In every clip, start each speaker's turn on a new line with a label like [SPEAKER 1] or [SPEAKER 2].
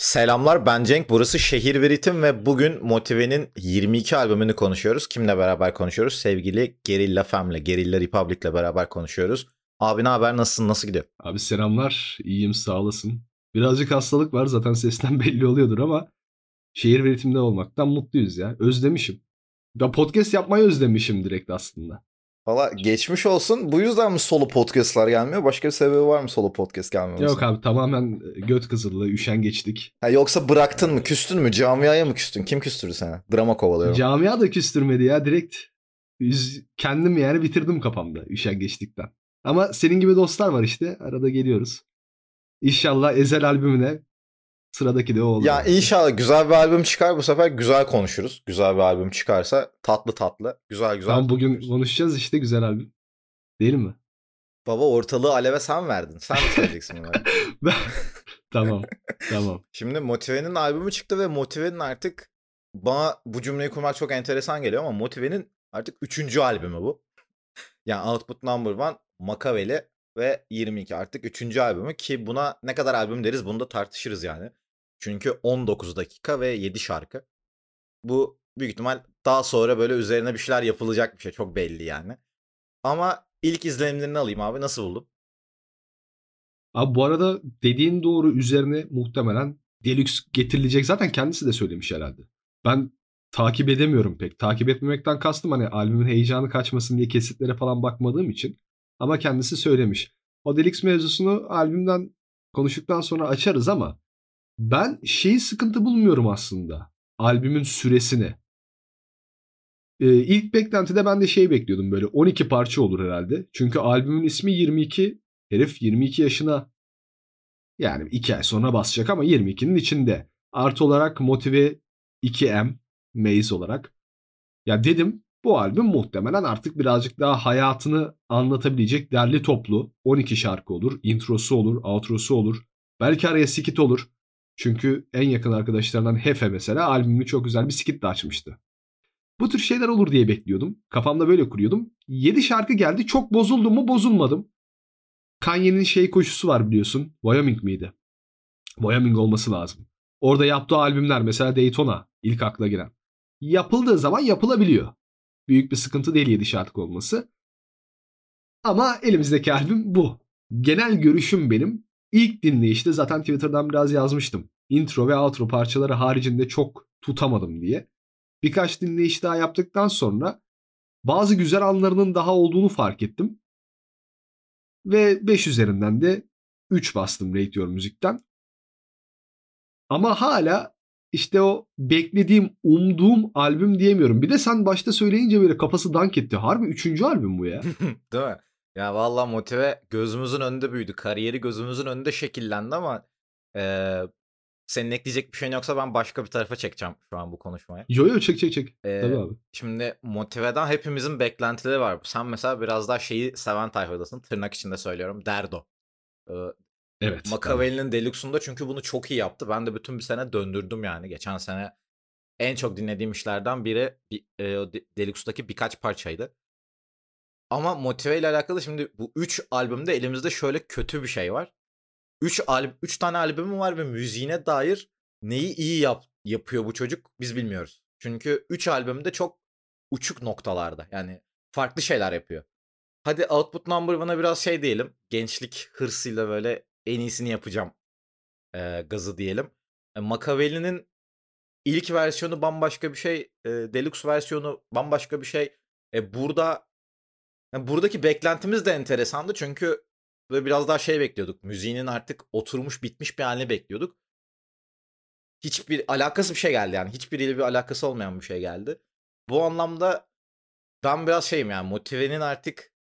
[SPEAKER 1] Selamlar, ben Cenk. Burası Şehir ve Ritim ve bugün Motive'nin 22 albümünü konuşuyoruz. Kimle beraber konuşuyoruz? Sevgili Gerilla Fem'le, Gerilla Republic'le beraber konuşuyoruz. Abi ne haber? Nasılsın? Nasıl gidiyor?
[SPEAKER 2] Abi selamlar. İyiyim sağ olasın. Birazcık hastalık var zaten sesten belli oluyordur ama şehir ve ritimde olmaktan mutluyuz ya. Özlemişim. Ben podcast yapmayı özlemişim direkt aslında.
[SPEAKER 1] Valla geçmiş olsun. Bu yüzden mi solo podcast'lar gelmiyor? Başka bir sebebi var mı solo podcast
[SPEAKER 2] Yok
[SPEAKER 1] gelmemesinin?
[SPEAKER 2] abi tamamen göt kızıllığı, üşengeçlik.
[SPEAKER 1] Ha, yoksa bıraktın mı? Küstün mü? Camiaya mı küstün? Kim küstürdü seni? Drama kovalıyorum.
[SPEAKER 2] Camia da küstürmedi ya direkt. Kendim yani bitirdim kafamda üşengeçlikten. Ama senin gibi dostlar var işte. Arada geliyoruz. İnşallah Ezel albümüne sıradaki de o olur
[SPEAKER 1] Ya
[SPEAKER 2] herhalde.
[SPEAKER 1] inşallah güzel bir albüm çıkar. Bu sefer güzel konuşuruz. Güzel bir albüm çıkarsa tatlı tatlı, güzel güzel
[SPEAKER 2] Tamam bugün
[SPEAKER 1] konuşuruz.
[SPEAKER 2] konuşacağız işte güzel albüm. Değil mi?
[SPEAKER 1] Baba ortalığı aleve sen verdin. Sen mi söyleyeceksin bunları?
[SPEAKER 2] Tamam. Tamam.
[SPEAKER 1] Şimdi Motive'nin albümü çıktı ve Motive'nin artık bana bu cümleyi kurmak çok enteresan geliyor ama Motive'nin artık üçüncü albümü bu. Yani Output Number One, Makaveli ve 22 artık üçüncü albümü ki buna ne kadar albüm deriz bunu da tartışırız yani. Çünkü 19 dakika ve 7 şarkı. Bu büyük ihtimal daha sonra böyle üzerine bir şeyler yapılacak bir şey çok belli yani. Ama ilk izlenimlerini alayım abi nasıl buldun?
[SPEAKER 2] Abi bu arada dediğin doğru üzerine muhtemelen Deluxe getirilecek. Zaten kendisi de söylemiş herhalde. Ben takip edemiyorum pek. Takip etmemekten kastım hani albümün heyecanı kaçmasın diye kesitlere falan bakmadığım için. Ama kendisi söylemiş. O Deluxe mevzusunu albümden konuştuktan sonra açarız ama ben şeyi sıkıntı bulmuyorum aslında. Albümün süresini. İlk beklentide ben de şey bekliyordum böyle 12 parça olur herhalde. Çünkü albümün ismi 22. Herif 22 yaşına yani 2 ay sonra basacak ama 22'nin içinde. Artı olarak Motive 2M Maze olarak. Ya dedim bu albüm muhtemelen artık birazcık daha hayatını anlatabilecek derli toplu 12 şarkı olur. Introsu olur, outrosu olur. Belki araya skit olur. Çünkü en yakın arkadaşlarından Hefe mesela albümü çok güzel bir skit de açmıştı. Bu tür şeyler olur diye bekliyordum. Kafamda böyle kuruyordum. 7 şarkı geldi. Çok bozuldum mu bozulmadım. Kanye'nin şey koşusu var biliyorsun. Wyoming miydi? Wyoming olması lazım. Orada yaptığı albümler mesela Daytona ilk akla giren. Yapıldığı zaman yapılabiliyor. Büyük bir sıkıntı değil 7 şarkı olması. Ama elimizdeki albüm bu. Genel görüşüm benim. İlk dinleyişte zaten Twitter'dan biraz yazmıştım. Intro ve outro parçaları haricinde çok tutamadım diye. Birkaç dinleyiş daha yaptıktan sonra bazı güzel anlarının daha olduğunu fark ettim. Ve 5 üzerinden de 3 bastım Rate müzikten. Ama hala işte o beklediğim, umduğum albüm diyemiyorum. Bir de sen başta söyleyince böyle kafası dank etti. Harbi üçüncü albüm bu ya.
[SPEAKER 1] Değil mi? Ya valla Motive gözümüzün önünde büyüdü. Kariyeri gözümüzün önünde şekillendi ama eee, senin ekleyecek bir şeyin yoksa ben başka bir tarafa çekeceğim şu an bu konuşmayı.
[SPEAKER 2] Yo yo çek çek çek. Tabii abi.
[SPEAKER 1] Şimdi Motive'den hepimizin beklentileri var. Sen mesela biraz daha şeyi seven tayfadasın. Tırnak içinde söylüyorum. Derdo. Eee
[SPEAKER 2] Evet tamam.
[SPEAKER 1] Makaveli'nin Deluxe'unda çünkü bunu çok iyi yaptı. Ben de bütün bir sene döndürdüm yani. Geçen sene en çok dinlediğim işlerden biri Deluxe'daki birkaç parçaydı. Ama Motive ile alakalı şimdi bu 3 albümde elimizde şöyle kötü bir şey var. 3 tane albümü var ve müziğine dair neyi iyi yapıyor bu çocuk biz bilmiyoruz. Çünkü 3 albümde çok uçuk noktalarda. Yani farklı şeyler yapıyor. Hadi Output Number One'a biraz şey diyelim. Gençlik hırsıyla böyle en iyisini yapacağım gazı diyelim. Machiavelli'nin ilk versiyonu bambaşka bir şey. Deluxe versiyonu bambaşka bir şey. Burada buradaki beklentimiz de enteresandı çünkü böyle biraz daha şey bekliyorduk. Müziğinin artık oturmuş bitmiş bir halini bekliyorduk. Hiçbir alakası bir şey geldi yani. Hiçbiriyle bir alakası olmayan bir şey geldi. Bu anlamda ben biraz şeyim yani Motive'nin artık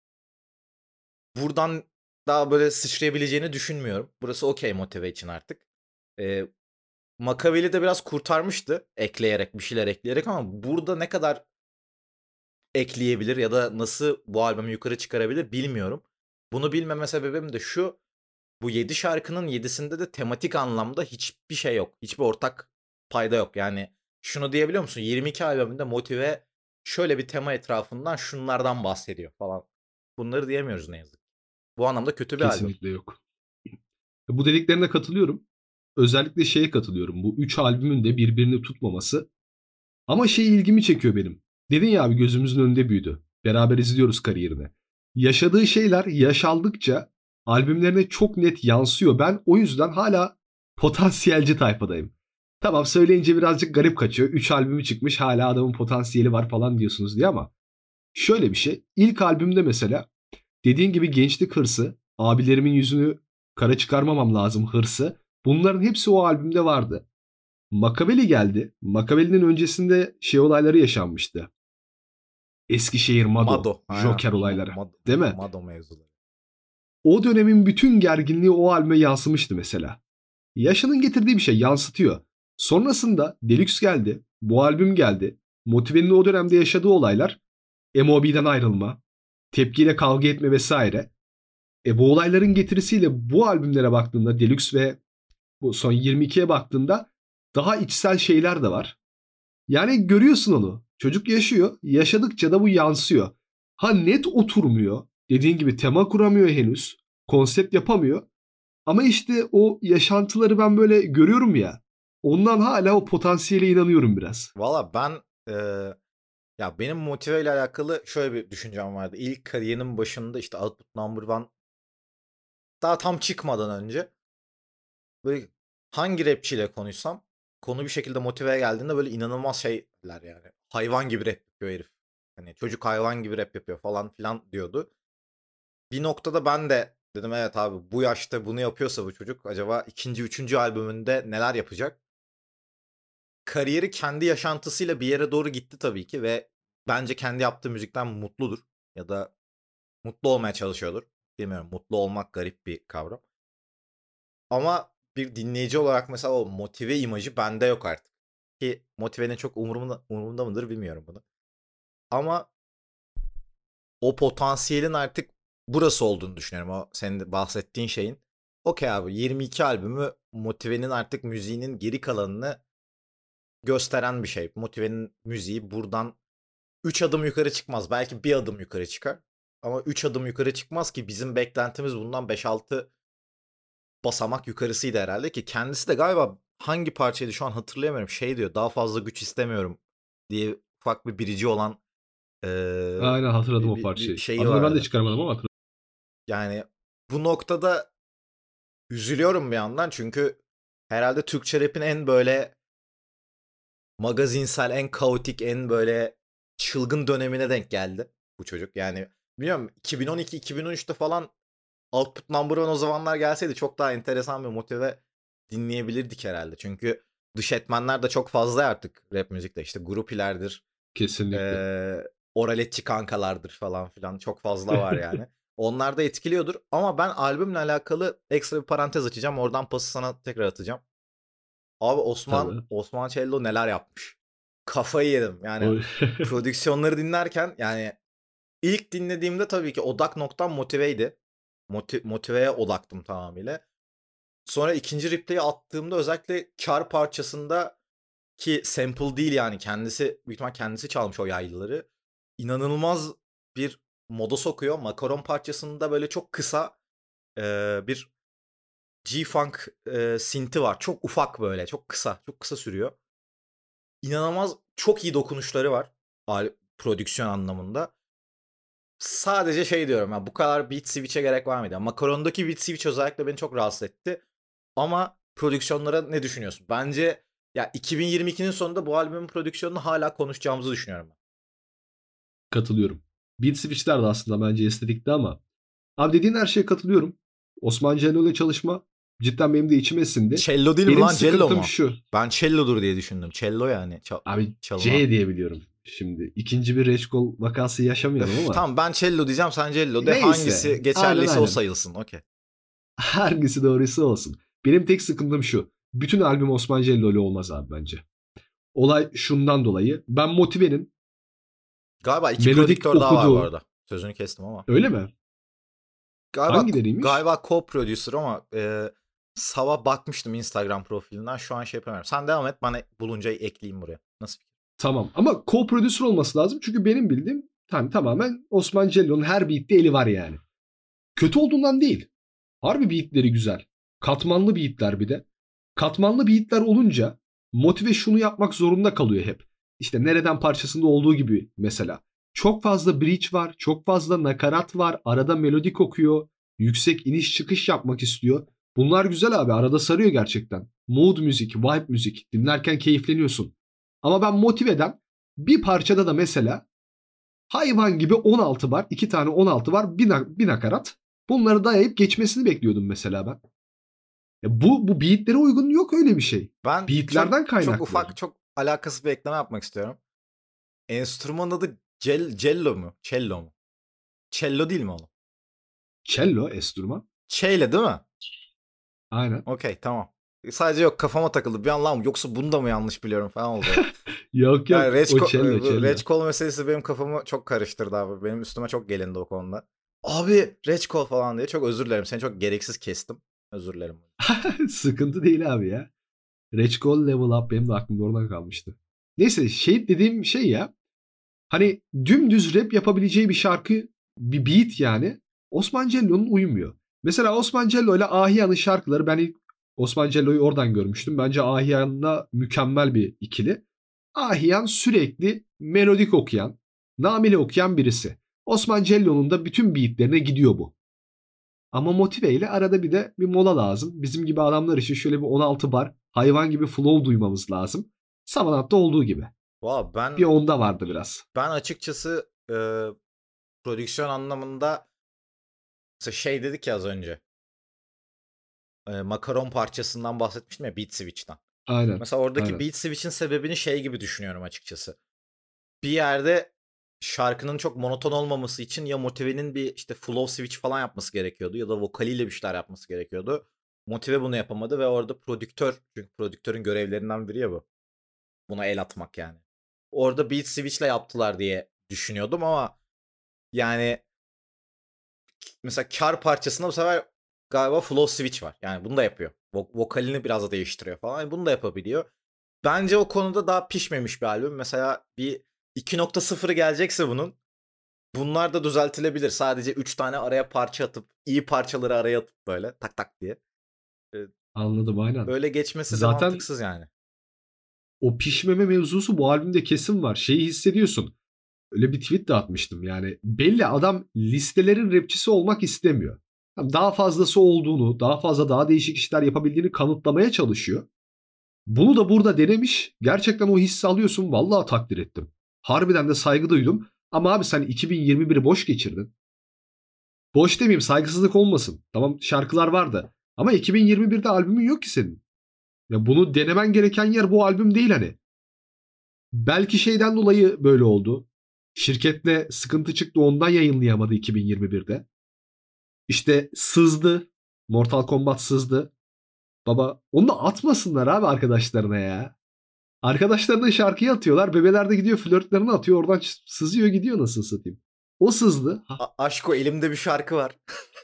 [SPEAKER 1] buradan daha böyle sıçrayabileceğini düşünmüyorum. Burası okey Motive için artık. Eee Makaveli de biraz kurtarmıştı ekleyerek bir şeyler ekleyerek ama burada ne kadar ekleyebilir ya da nasıl bu albümü yukarı çıkarabilir bilmiyorum. Bunu bilmeme sebebim de şu. Bu 7 şarkının 7'sinde de tematik anlamda hiçbir şey yok. Hiçbir ortak payda yok. Yani şunu diyebiliyor musun? 22 albümünde Motive şöyle bir tema etrafından şunlardan bahsediyor falan. Bunları diyemiyoruz ne yazık ki. Bu anlamda kötü bir albüm.
[SPEAKER 2] Kesinlikle yok. Bu dediklerine katılıyorum. özellikle şeye katılıyorum. Bu 3 albümün de birbirini tutmaması. Ama şey ilgimi çekiyor benim. Dedin ya abi gözümüzün önünde büyüdü. Beraber izliyoruz kariyerini. Yaşadığı şeyler yaş aldıkça albümlerine çok net yansıyor. Ben o yüzden hala potansiyelci tayfadayım. Tamam söyleyince birazcık garip kaçıyor. 3 albümü çıkmış hala adamın potansiyeli var falan diyorsunuz diye ama şöyle bir şey. İlk albümde mesela dediğin gibi gençlik hırsı, abilerimin yüzünü kara çıkarmamam lazım hırsı. Bunların hepsi o albümde vardı. Makaveli geldi. Makaveli'nin öncesinde şey olayları yaşanmıştı. Eskişehir Mado,
[SPEAKER 1] Mado. Aynen.
[SPEAKER 2] Joker olayları. Değil mi?
[SPEAKER 1] Mado mevzuları.
[SPEAKER 2] O dönemin bütün gerginliği o albüme yansımıştı mesela. Yaşının getirdiği bir şey yansıtıyor. Sonrasında Deluxe geldi. Bu albüm geldi. Motive'nin o dönemde yaşadığı olaylar. MOB'den ayrılma, tepkiyle kavga etme vesaire. Bu olayların getirisiyle bu albümlere baktığında Deluxe ve bu son 22'ye baktığında daha içsel şeyler de var. Yani görüyorsun onu. Çocuk yaşıyor. Yaşadıkça da bu yansıyor. Ha net oturmuyor. Dediğin gibi tema kuramıyor henüz. Konsept yapamıyor. Ama işte o yaşantıları ben böyle görüyorum ya. Ondan hala o potansiyele inanıyorum biraz.
[SPEAKER 1] Valla ben ya benim motive ile alakalı şöyle bir düşüncem vardı. İlk kariyerinin başında işte Output Number One daha tam çıkmadan önce böyle hangi rapçiyle konuşsam konu bir şekilde motiveye geldiğinde böyle inanılmaz şeyler yani. Hayvan gibi rap yapıyor herif. Hani çocuk hayvan gibi rap yapıyor falan filan diyordu. Bir noktada ben de dedim evet abi bu yaşta bunu yapıyorsa bu çocuk acaba ikinci, üçüncü albümünde neler yapacak? Kariyeri kendi yaşantısıyla bir yere doğru gitti tabii ki ve bence kendi yaptığı müzikten mutludur. Ya da mutlu olmaya çalışıyordur. Bilmiyorum mutlu olmak garip bir kavram. Ama bir dinleyici olarak mesela o motive imajı bende yok artık. Ki motivenin çok umurumda mıdır bilmiyorum bunu. Ama o potansiyelin artık burası olduğunu düşünüyorum. O senin de bahsettiğin şeyin. Okey abi 22 albümü motivenin artık müziğinin geri kalanını gösteren bir şey. Motivenin müziği buradan 3 adım yukarı çıkmaz. Belki bir adım yukarı çıkar. Ama 3 adım yukarı çıkmaz ki bizim beklentimiz bundan 5-6 basamak yukarısıydı herhalde ki kendisi de galiba hangi parçaydı şu an hatırlayamıyorum. Şey diyor daha fazla güç istemiyorum diye ufak bir birici olan
[SPEAKER 2] Aynen hatırladım o
[SPEAKER 1] bir
[SPEAKER 2] parçayı.
[SPEAKER 1] şeyi
[SPEAKER 2] Adını ben de
[SPEAKER 1] vardı.
[SPEAKER 2] çıkarmadım ama hatırladım.
[SPEAKER 1] Yani bu noktada üzülüyorum bir yandan çünkü herhalde Türkçe rap'in en böyle magazinsel, en kaotik, en böyle çılgın dönemine denk geldi bu çocuk. Yani biliyorum 2012-2013'te falan Output Number One o zamanlar gelseydi çok daha enteresan bir motive dinleyebilirdik herhalde. Çünkü dış etmenler de çok fazla artık rap müzikte. İşte grupilerdir,
[SPEAKER 2] Kesinlikle.
[SPEAKER 1] oraletçi kankalardır falan filan çok fazla var yani. Onlar da etkiliyordur ama ben albümle alakalı ekstra bir parantez açacağım. Oradan pası sana tekrar atacağım. Abi
[SPEAKER 2] Tabii.
[SPEAKER 1] Osman Cello neler yapmış. Kafayı yedim. Yani prodüksiyonları dinlerken yani ilk dinlediğimde tabii ki odak noktam motiveydi. Motiveye odaktım tamamıyla. Sonra ikinci replay'i attığımda özellikle Kar parçasında ki sample değil yani kendisi büyük ihtimal kendisi çalmış o yaylıları. İnanılmaz bir moda sokuyor. Makaron parçasında böyle çok kısa bir G-Funk synth'i var. Çok ufak böyle. Çok kısa. Çok kısa sürüyor. İnanılmaz çok iyi dokunuşları var. Prodüksiyon anlamında. Sadece şey diyorum ya bu kadar beat switch'e gerek var mıydı? Makaron'daki beat switch özellikle beni çok rahatsız etti. Ama prodüksiyonlara ne düşünüyorsun? Bence ya 2022'nin sonunda bu albümün prodüksiyonunu hala konuşacağımızı düşünüyorum ben.
[SPEAKER 2] Katılıyorum. Beat Switch'ler de aslında bence estetikti ama abi dediğin her şeye katılıyorum. Osman Cello ile çalışma cidden benim de içime sindi.
[SPEAKER 1] Cello değil mi
[SPEAKER 2] Benim
[SPEAKER 1] lan? Cello
[SPEAKER 2] sıkıntım
[SPEAKER 1] mu?
[SPEAKER 2] şu.
[SPEAKER 1] Ben cello'dur diye düşündüm. Cello yani.
[SPEAKER 2] Abi
[SPEAKER 1] Çalınan.
[SPEAKER 2] C diye biliyorum. Şimdi ikinci bir Reçkol vakası yaşamayalım
[SPEAKER 1] Öf,
[SPEAKER 2] ama
[SPEAKER 1] tamam ben cello diyeceğim sen cello de.
[SPEAKER 2] neyse.
[SPEAKER 1] Hangisi
[SPEAKER 2] Aynen
[SPEAKER 1] geçerliyse o
[SPEAKER 2] aynen.
[SPEAKER 1] sayılsın. Okey.
[SPEAKER 2] Hangisi doğruysa olsun. Benim tek sıkıntım şu. Bütün albüm Osman Cello ile olmaz abi bence. Olay şundan dolayı. Ben Motive'nin
[SPEAKER 1] Galiba iki
[SPEAKER 2] melodik
[SPEAKER 1] prodüktör daha var bu
[SPEAKER 2] okuduğu.
[SPEAKER 1] arada. Sözünü kestim ama.
[SPEAKER 2] Öyle mi? Hangileriymiş?
[SPEAKER 1] Galiba co-producer ama sabah bakmıştım Instagram profilinden. Şu an şey yapamıyorum. Sen devam et. Bana bulunca ekleyeyim buraya. Nasıl fikir?
[SPEAKER 2] Tamam ama co-prodüser olması lazım. Çünkü benim bildiğim tamamen Osman Cello'nun her beat'te eli var yani. Kötü olduğundan değil. Harbi beatleri güzel. Katmanlı beatler bir de. katmanlı beatler olunca Motive şunu yapmak zorunda kalıyor hep. İşte nereden parçasında olduğu gibi mesela. Çok fazla bridge var, çok fazla nakarat var, arada melodik okuyor, yüksek iniş çıkış yapmak istiyor. Bunlar güzel abi, arada sarıyor gerçekten. Mood müzik, vibe müzik, dinlerken keyifleniyorsun. Ama ben Motive'den bir parçada da mesela hayvan gibi 16 var, 2 tane 16 var, bir nakarat. Bunları dayayıp geçmesini bekliyordum mesela ben. Bu beatlere uygun yok öyle bir şey.
[SPEAKER 1] Ben
[SPEAKER 2] Beatlerden
[SPEAKER 1] çok
[SPEAKER 2] kaynaklı.
[SPEAKER 1] ufak, çok alakasız bir ekleme yapmak istiyorum. Enstrümanın adı cello mu? Cello mu? Cello değil mi oğlum?
[SPEAKER 2] Cello enstrüman.
[SPEAKER 1] Çeyle değil mi?
[SPEAKER 2] Aynen.
[SPEAKER 1] Okey, tamam. Sadece yok, kafama takıldı. Bir anlam yoksa bunu da mı yanlış biliyorum falan oldu.
[SPEAKER 2] Yok
[SPEAKER 1] Yani
[SPEAKER 2] yok, o cello cello.
[SPEAKER 1] Reg Call meselesi benim kafamı çok karıştırdı abi. Benim üstüme çok gelindi o konuda. Abi Reg Call falan diye çok özür dilerim. Seni çok gereksiz kestim. Özür dilerim.
[SPEAKER 2] Sıkıntı değil abi ya. Reçkol Level Up benim de aklımda oradan kalmıştı. Neyse şey dediğim şey ya. Hani dümdüz rap yapabileceği bir şarkı, bir beat yani. Osman Cello'nun uymuyor. Mesela Osman Cello ile Ahiyan'ın şarkıları, ben ilk Osman Cello'yu oradan görmüştüm. Bence Ahiyan'la mükemmel bir ikili. Ahiyan sürekli melodik okuyan, namile okuyan birisi. Osman Cello'nun da bütün beatlerine gidiyor bu. Ama Motive ile arada bir mola lazım. Bizim gibi adamlar için şöyle bir 16 bar hayvan gibi flow duymamız lazım. Samanat'ta olduğu gibi.
[SPEAKER 1] Wow,
[SPEAKER 2] Bir onda vardı biraz.
[SPEAKER 1] ben açıkçası prodüksiyon anlamında mesela şey dedik ya az önce. Makaron parçasından bahsetmiştim ya, Beat Switch'ten.
[SPEAKER 2] Aynen.
[SPEAKER 1] Mesela oradaki
[SPEAKER 2] Aynen.
[SPEAKER 1] Beat Switch'in sebebini şey gibi düşünüyorum açıkçası. Bir yerde şarkının çok monoton olmaması için ya Motive'nin bir işte flow switch falan yapması gerekiyordu ya da vokaliyle bir şeyler yapması gerekiyordu. Motive bunu yapamadı ve orada prodüktör, çünkü prodüktörün görevlerinden biri ya bu. Buna el atmak yani. Orada beat switch'le yaptılar diye düşünüyordum ama yani mesela kar parçasında bu sefer galiba flow switch var. Yani bunu da yapıyor. Vokalini biraz da değiştiriyor falan. Yani bunu da yapabiliyor. Bence o konuda daha pişmemiş bir albüm. Mesela bir 2.0'ı gelecekse bunlar da düzeltilebilir. Sadece 3 tane araya parça atıp, iyi parçaları araya atıp böyle tak tak diye. Ee,
[SPEAKER 2] Anladım aynen.
[SPEAKER 1] Öyle geçmesi de
[SPEAKER 2] Zaten
[SPEAKER 1] mantıksız yani.
[SPEAKER 2] o pişmeme mevzusu bu albümde kesin var. Şeyi hissediyorsun. Öyle bir tweet de atmıştım yani. Belli adam listelerin rapçisi olmak istemiyor. Daha fazlası olduğunu, daha fazla daha değişik işler yapabildiğini kanıtlamaya çalışıyor. Bunu da burada denemiş. Gerçekten o hissi alıyorsun. Vallahi takdir ettim. Harbiden de saygı duydum. Ama abi sen 2021'i boş geçirdin. Boş demeyeyim, saygısızlık olmasın. Tamam, şarkılar vardı. Ama 2021'de albümün yok ki senin. Ya bunu denemen gereken yer bu albüm değil hani. Belki şeyden dolayı böyle oldu. Şirketle sıkıntı çıktı, ondan yayınlayamadı 2021'de. İşte sızdı. Mortal Kombat sızdı. Baba onu da atmasınlar abi arkadaşlarına ya. Arkadaşlarına şarkıyı atıyorlar. Bebeler de gidiyor flörtlerini atıyor. Oradan sızıyor gidiyor, nasıl satayım. O sızdı.
[SPEAKER 1] Aşko, elimde bir şarkı var.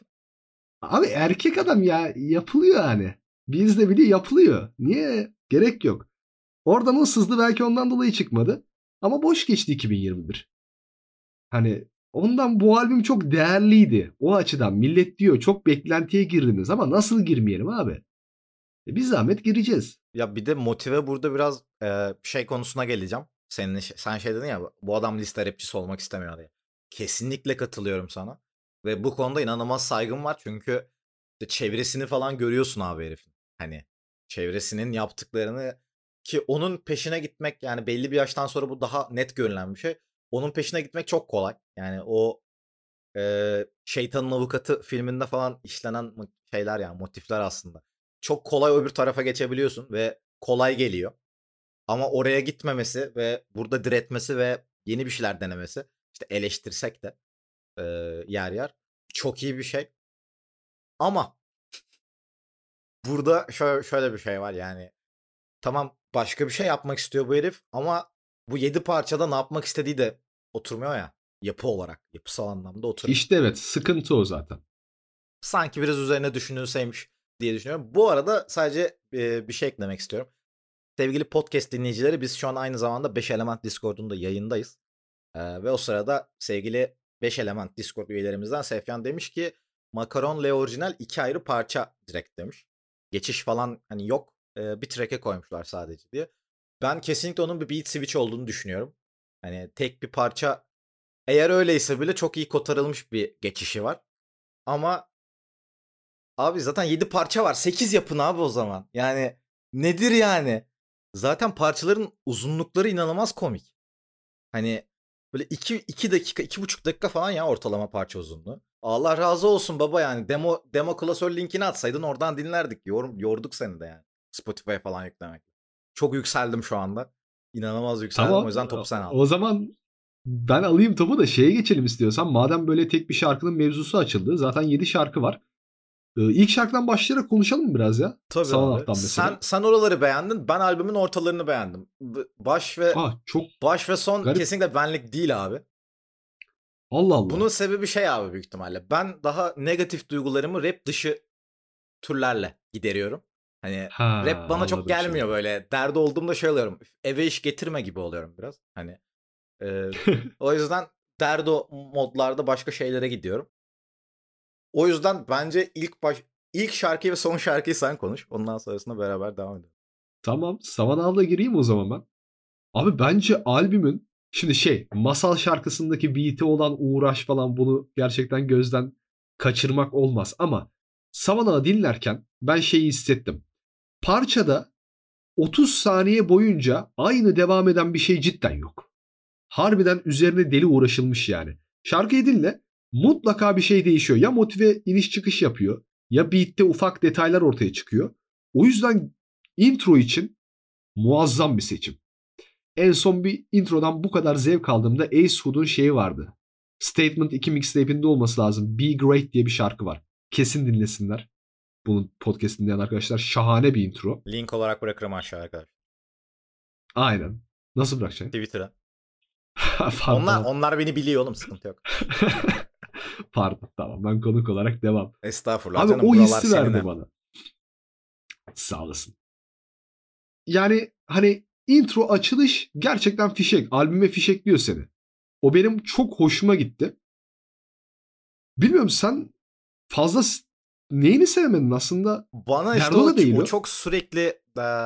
[SPEAKER 2] Abi erkek adam ya, yapılıyor hani. Bizde bile yapılıyor. Niye? Gerek yok. Oradan o sızdı, belki ondan dolayı çıkmadı. Ama boş geçti 2021. Hani ondan bu albüm çok değerliydi. O açıdan millet diyor çok beklentiye girdiniz ama nasıl girmeyelim abi? Bir zahmet gireceğiz.
[SPEAKER 1] Ya bir de Motive burada biraz şey konusuna geleceğim. Sen şey dedin ya, bu adam liste rapçisi olmak istemiyor diye. Kesinlikle katılıyorum sana. Ve bu konuda inanılmaz saygım var. Çünkü işte çevresini falan görüyorsun abi herifin. Hani çevresinin yaptıklarını, ki onun peşine gitmek, yani belli bir yaştan sonra bu daha net görülen bir şey. Onun peşine gitmek çok kolay. Yani o Şeytanın Avukatı filminde falan işlenen şeyler, yani motifler aslında. Çok kolay öbür tarafa geçebiliyorsun ve kolay geliyor. Ama oraya gitmemesi ve burada diretmesi ve yeni bir şeyler denemesi, işte eleştirsek de yer yer, çok iyi bir şey. Ama burada şöyle bir şey var yani. Tamam, başka bir şey yapmak istiyor bu herif ama bu 7 parçada ne yapmak istediği de oturmuyor ya. Yapı olarak, yapısal anlamda oturmuyor.
[SPEAKER 2] İşte evet, sıkıntı o zaten.
[SPEAKER 1] Sanki biraz üzerine düşünülseymiş diye düşünüyorum. Bu arada sadece bir şey eklemek istiyorum. Sevgili podcast dinleyicileri, biz şu an aynı zamanda 5 Element Discord'unda yayındayız. Ve o sırada sevgili 5 Element Discord üyelerimizden Sefyan demiş ki Makaron Le Orijinal 2 ayrı parça direkt demiş. Geçiş falan hani yok. bir track'e koymuşlar sadece diye. Ben kesinlikle onun bir beat switch olduğunu düşünüyorum. Hani tek bir parça, eğer öyleyse bile çok iyi kotarılmış bir geçişi var. Ama abi zaten 7 parça var. 8 yapın abi o zaman. Yani nedir yani? Zaten parçaların uzunlukları inanılmaz komik. Hani böyle 2 dakika, 2,5 dakika falan ya ortalama parça uzunluğu. Allah razı olsun baba yani. Demo klasör linkini atsaydın oradan dinlerdik. Yorduk seni de yani. Spotify'a falan yüklemek. Çok yükseldim şu anda. İnanılmaz yükseldim. O
[SPEAKER 2] Tamam.
[SPEAKER 1] yüzden topu sen aldın.
[SPEAKER 2] O zaman ben alayım topu da şeye geçelim istiyorsan. Madem böyle tek bir şarkının mevzusu açıldı. Zaten 7 şarkı var. İlk şarkıdan başlayarak konuşalım biraz ya.
[SPEAKER 1] Tabii abi.
[SPEAKER 2] Samanat'tan mesela.
[SPEAKER 1] Sen oraları beğendin. Ben albümün ortalarını beğendim.
[SPEAKER 2] Çok
[SPEAKER 1] Baş ve son
[SPEAKER 2] garip.
[SPEAKER 1] kesinlikle benlik değil abi.
[SPEAKER 2] Allah
[SPEAKER 1] Bunun
[SPEAKER 2] Allah.
[SPEAKER 1] sebebi şey abi büyük ihtimalle. Ben daha negatif duygularımı rap dışı türlerle gideriyorum. Hani
[SPEAKER 2] Ha,
[SPEAKER 1] rap bana çok
[SPEAKER 2] anladım
[SPEAKER 1] gelmiyor
[SPEAKER 2] şimdi.
[SPEAKER 1] böyle. Derdi olduğumda şey oluyorum. Eve iş getirme gibi oluyorum biraz. Hani o yüzden derdi modlarda başka şeylere gidiyorum. O yüzden bence ilk şarkıyı ve son şarkıyı sen konuş. Ondan sonrasında beraber devam edelim.
[SPEAKER 2] Tamam. Samanat'la gireyim o zaman ben. Abi bence albümün şimdi Masal şarkısındaki beat'e olan uğraş falan bunu gerçekten gözden kaçırmak olmaz. Ama Savana'yı dinlerken ben şeyi hissettim. Parçada 30 saniye boyunca aynı devam eden bir şey cidden yok. Harbiden üzerine deli uğraşılmış yani. Şarkıyı dinle mutlaka bir şey değişiyor. Ya motive iniş çıkış yapıyor ya beat'te ufak detaylar ortaya çıkıyor. O yüzden intro için muazzam bir seçim. En son bir introdan bu kadar zevk aldığımda Ace Hood'un şeyi vardı. Statement 2 mixtape'inde olması lazım. Be Great diye bir şarkı var. Kesin dinlesinler. Bunun podcast dinleyen arkadaşlar şahane bir intro.
[SPEAKER 1] Link olarak bırakırım aşağı arkadaşlar.
[SPEAKER 2] Aynen. Nasıl bırakacaksın?
[SPEAKER 1] Twitter'a.
[SPEAKER 2] Pardon.
[SPEAKER 1] Onlar beni biliyor oğlum, sıkıntı yok.
[SPEAKER 2] Pardon, tamam, ben konuk olarak devam.
[SPEAKER 1] Estağfurullah
[SPEAKER 2] Abi
[SPEAKER 1] canım,
[SPEAKER 2] o
[SPEAKER 1] buralar
[SPEAKER 2] hissi
[SPEAKER 1] senin
[SPEAKER 2] verdi
[SPEAKER 1] ev.
[SPEAKER 2] bana. Sağ olasın. Yani hani intro açılış gerçekten fişek. Albüme fişekliyor seni. O benim çok hoşuma gitti. Bilmiyorum sen fazla neyini sevmedin aslında?
[SPEAKER 1] Bana işte
[SPEAKER 2] Derdo da değil
[SPEAKER 1] o
[SPEAKER 2] o.
[SPEAKER 1] çok sürekli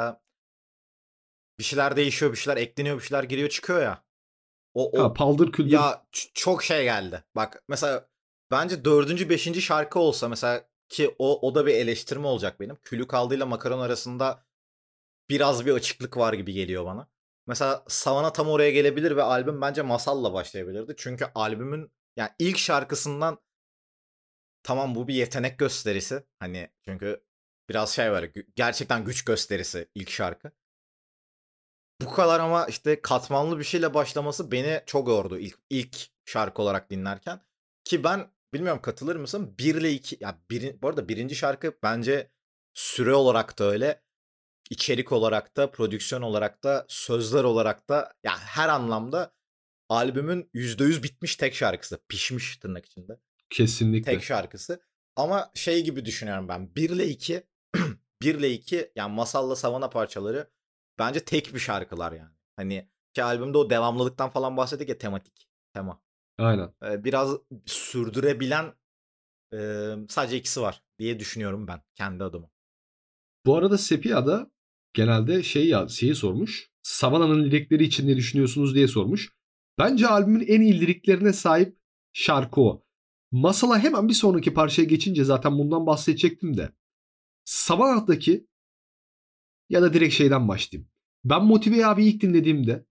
[SPEAKER 1] bir şeyler değişiyor, bir şeyler ekleniyor, bir şeyler giriyor çıkıyor ya.
[SPEAKER 2] Ha,
[SPEAKER 1] O
[SPEAKER 2] paldır küldür.
[SPEAKER 1] ya çok şey geldi. Bak mesela bence dördüncü, beşinci şarkı olsa mesela, ki o da bir eleştirme olacak benim. Külü kaldıyla makaron arasında biraz bir açıklık var gibi geliyor bana. Mesela Savana tam oraya gelebilir ve albüm bence Masal'la başlayabilirdi. Çünkü albümün yani ilk şarkısından, tamam bu bir yetenek gösterisi. Hani çünkü biraz şey var, gerçekten güç gösterisi ilk şarkı. Bu kadar ama işte katmanlı bir şeyle başlaması beni çok yordu ilk şarkı olarak dinlerken. Ki ben bilmiyorum, katılır mısın? 1 ile 2 ya bu arada birinci şarkı bence süre olarak da öyle, içerik olarak da, prodüksiyon olarak da, sözler olarak da, ya her anlamda albümün %100 bitmiş tek şarkısı. Pişmiş tırnak içinde. Tek
[SPEAKER 2] Kesinlikle.
[SPEAKER 1] şarkısı. Ama şey gibi düşünüyorum ben. 1 ile 2 1 ile 2 yani Masal'la Savana parçaları bence tek bir şarkılar yani. Hani ki albümde o devamlılıktan falan bahsettik ya, tematik tema.
[SPEAKER 2] Aynen.
[SPEAKER 1] Biraz sürdürebilen sadece ikisi var diye düşünüyorum ben kendi adıma.
[SPEAKER 2] Bu arada Sepia da genelde şeyi sormuş. Savana'nın lirikleri için ne düşünüyorsunuz diye sormuş. Bence albümün en iyi liriklerine sahip şarkı o. Masala hemen bir sonraki parçaya geçince zaten bundan bahsedecektim de. Savana'daki ya da direkt şeyden başlayayım. Ben Motive abi ilk dinlediğimde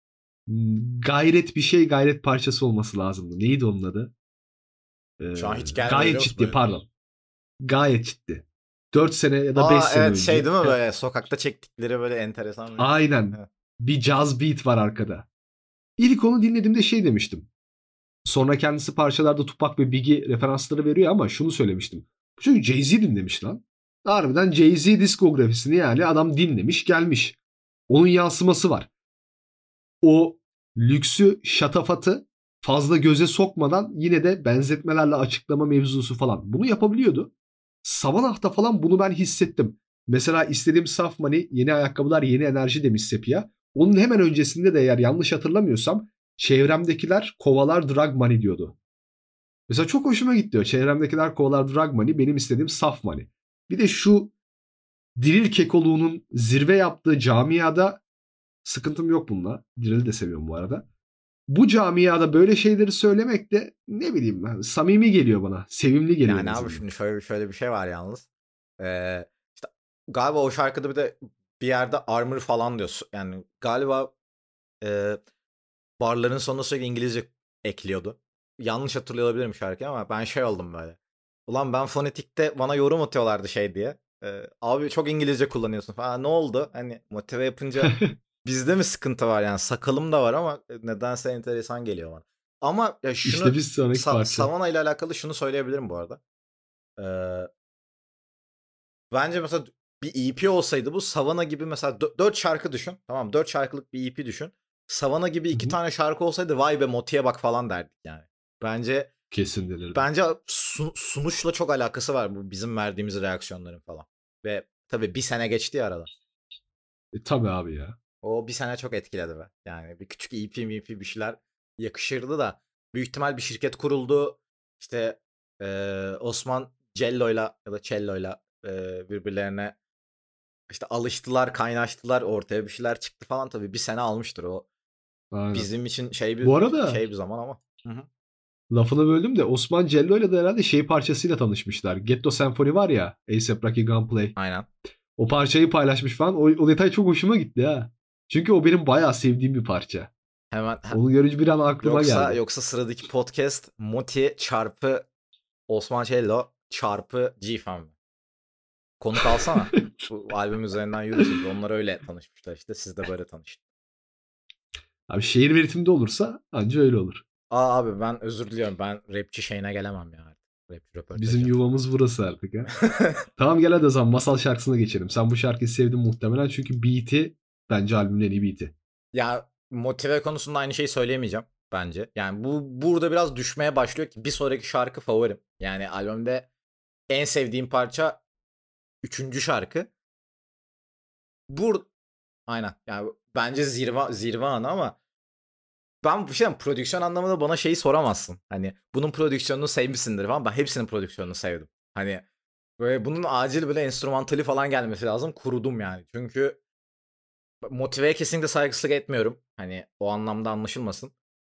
[SPEAKER 2] gayret parçası olması lazımdı. Neydi onun adı?
[SPEAKER 1] Şu an hiç gelmedi
[SPEAKER 2] Gayet
[SPEAKER 1] biliyor musun
[SPEAKER 2] ciddi,
[SPEAKER 1] böyle?
[SPEAKER 2] pardon. Gayet ciddi. 4 sene ya da 5
[SPEAKER 1] Aa
[SPEAKER 2] sene
[SPEAKER 1] evet, şey
[SPEAKER 2] önce.
[SPEAKER 1] değil mi, böyle sokakta çektikleri böyle enteresan bir...
[SPEAKER 2] Aynen.
[SPEAKER 1] Evet.
[SPEAKER 2] Bir jazz beat var arkada. İlk onu dinlediğimde şey demiştim. Sonra kendisi parçalarda Tupac ve Biggie referansları veriyor ama şunu söylemiştim. Bu çocuk Jay-Z dinlemiş lan. Harbiden Jay-Z diskografisini yani adam dinlemiş gelmiş. Onun yansıması var. O lüksü, şatafatı fazla göze sokmadan yine de benzetmelerle açıklama mevzusu falan. Bunu yapabiliyordu. Savanah'ta falan bunu ben hissettim. Mesela istediğim Saf Money, yeni ayakkabılar, yeni enerji demiş Sepia. Onun hemen öncesinde de eğer yanlış hatırlamıyorsam çevremdekiler kovalar drug money diyordu. Mesela çok hoşuma gitti o. Çevremdekiler kovalar drug money, benim istediğim saf money. Bir de şu Diril kekoluğunun zirve yaptığı camiada sıkıntım yok bununla. Diril'i de seviyorum bu arada. Bu camiada böyle şeyleri söylemek de ne bileyim ben samimi geliyor bana. Sevimli geliyor en
[SPEAKER 1] Yani abi
[SPEAKER 2] azından.
[SPEAKER 1] şimdi şöyle bir şey var yalnız. İşte galiba o şarkıda bir de bir yerde armor falan diyor. Yani galiba eee, barların sonuna sürekli İngilizce ekliyordu. Yanlış hatırlıyor olabilirim şarkıyı ama ben şey oldum böyle. Ulan ben fonetikte bana yorum atıyorlardı şey diye. Abi çok İngilizce kullanıyorsun falan. Ne oldu? Hani motive yapınca bizde mi sıkıntı var yani? Sakalım da var ama nedense enteresan geliyor bana. Ama ya
[SPEAKER 2] İşte
[SPEAKER 1] şunu
[SPEAKER 2] bir sonraki parça.
[SPEAKER 1] Savana ile alakalı şunu söyleyebilirim bu arada. Ee, Bence mesela bir EP olsaydı bu Savana gibi mesela 4 şarkı düşün. Tamam 4 şarkılık bir EP düşün. Savana gibi
[SPEAKER 2] Hı
[SPEAKER 1] 2
[SPEAKER 2] hı.
[SPEAKER 1] tane şarkı olsaydı vay be Moti'ye bak falan derdik yani. Bence
[SPEAKER 2] Kesin delirdim.
[SPEAKER 1] bence sunuşla çok alakası var bu bizim verdiğimiz reaksiyonların falan. Ve tabii bir sene geçti ya arada.
[SPEAKER 2] Tabii abi ya.
[SPEAKER 1] O bir sene çok etkiledi be. Yani bir küçük EP bir şeyler yakışırdı da büyük ihtimal bir şirket kuruldu. İşte Osman Cello'yla ya da Cello'yla birbirlerine işte alıştılar, kaynaştılar, ortaya bir şeyler çıktı falan tabii bir sene almıştır o.
[SPEAKER 2] Aynen.
[SPEAKER 1] Bizim için
[SPEAKER 2] Bu arada
[SPEAKER 1] bir zaman ama. Hı hı.
[SPEAKER 2] lafını böldüm de Osman Cello'yla da herhalde şey parçasıyla tanışmışlar. Ghetto Symphony var ya. A$AP Rocky Gunplay.
[SPEAKER 1] Aynen.
[SPEAKER 2] O parçayı paylaşmış falan. O detay çok hoşuma gitti ha. Çünkü o benim bayağı sevdiğim bir parça.
[SPEAKER 1] Hemen
[SPEAKER 2] Onu görünce bir an aklıma geldi.
[SPEAKER 1] yoksa sıradaki podcast Moti çarpı Osman Cello çarpı G-Fan mı? Konuk alsana. Bu albüm üzerinden yürü çünkü onlar öyle tanışmışlar işte. Siz de böyle tanıştın.
[SPEAKER 2] Abi şehir ve ritimde olursa anca öyle olur.
[SPEAKER 1] Abi ben özür diliyorum. Ben rapçi şeyine gelemem ya. Rapçi
[SPEAKER 2] Bizim
[SPEAKER 1] röportajına.
[SPEAKER 2] yuvamız burası artık ha. Tamam gel hadi o zaman masal şarkısına geçelim. Sen bu şarkıyı sevdin muhtemelen çünkü beat'i bence albümün en iyi beat'i.
[SPEAKER 1] Ya motive konusunda aynı şeyi söyleyemeyeceğim bence. Yani bu burada biraz düşmeye başlıyor ki bir sonraki şarkı favorim. Yani albümde en sevdiğim parça üçüncü şarkı. Bur aynen. Yani bence zirve anı ama ben bu şeyden prodüksiyon anlamında bana şeyi soramazsın. Hani bunun prodüksiyonunu sevmişsindir falan. Ben hepsinin prodüksiyonunu sevdim. Hani böyle bunun acil böyle enstrümantali falan gelmesi lazım. Kurudum yani. Çünkü motiveye kesinlikle saygısızlık etmiyorum. Hani o anlamda anlaşılmasın.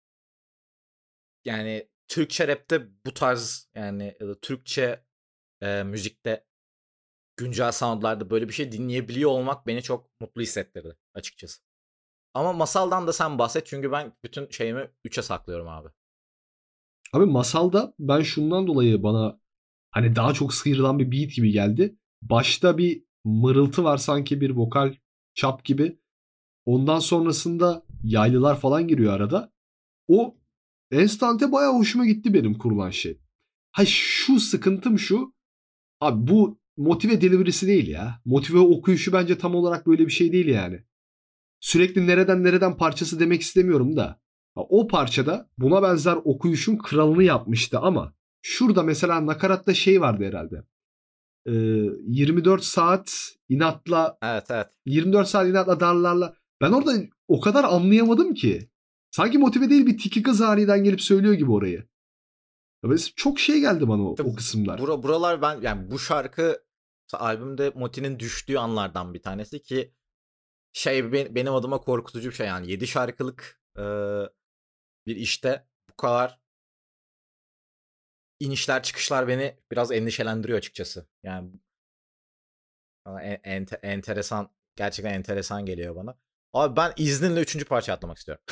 [SPEAKER 1] Yani Türkçe rapte bu tarz yani ya da Türkçe müzikte güncel soundlarda böyle bir şey dinleyebiliyor olmak beni çok mutlu hissettirdi açıkçası. Ama Masal'dan da sen bahset çünkü ben bütün şeyimi 3'e saklıyorum abi.
[SPEAKER 2] Abi masalda ben şundan dolayı bana hani daha çok sıyrılan bir beat gibi geldi. Başta bir mırıltı var sanki bir vokal çap gibi. Ondan sonrasında yaylılar falan giriyor arada. O enstante bayağı hoşuma gitti benim kurulan şey. Ha şu sıkıntım şu. Abi bu motive delivery'si değil ya. Motive okuyuşu bence tam olarak böyle bir şey değil yani. Sürekli nereden parçası demek istemiyorum da. O parçada buna benzer okuyuşun kralını yapmıştı ama şurada mesela nakaratta şey vardı herhalde. 24 saat inatla
[SPEAKER 1] Evet evet.
[SPEAKER 2] 24 saat inatla darlarla. Ben orada o kadar anlayamadım ki. Sanki motive değil bir tiki kız halinden gelip söylüyor gibi orayı. Çok şey geldi bana
[SPEAKER 1] İşte
[SPEAKER 2] o kısımlar.
[SPEAKER 1] buralar ben yani bu şarkı albümde Moti'nin düştüğü anlardan bir tanesi ki şey benim adıma korkutucu bir şey yani 7 şarkılık bir işte bu kadar inişler çıkışlar beni biraz endişelendiriyor açıkçası. Yani bana enteresan gerçekten enteresan geliyor bana. Abi ben izninle üçüncü parça atlamak istiyorum.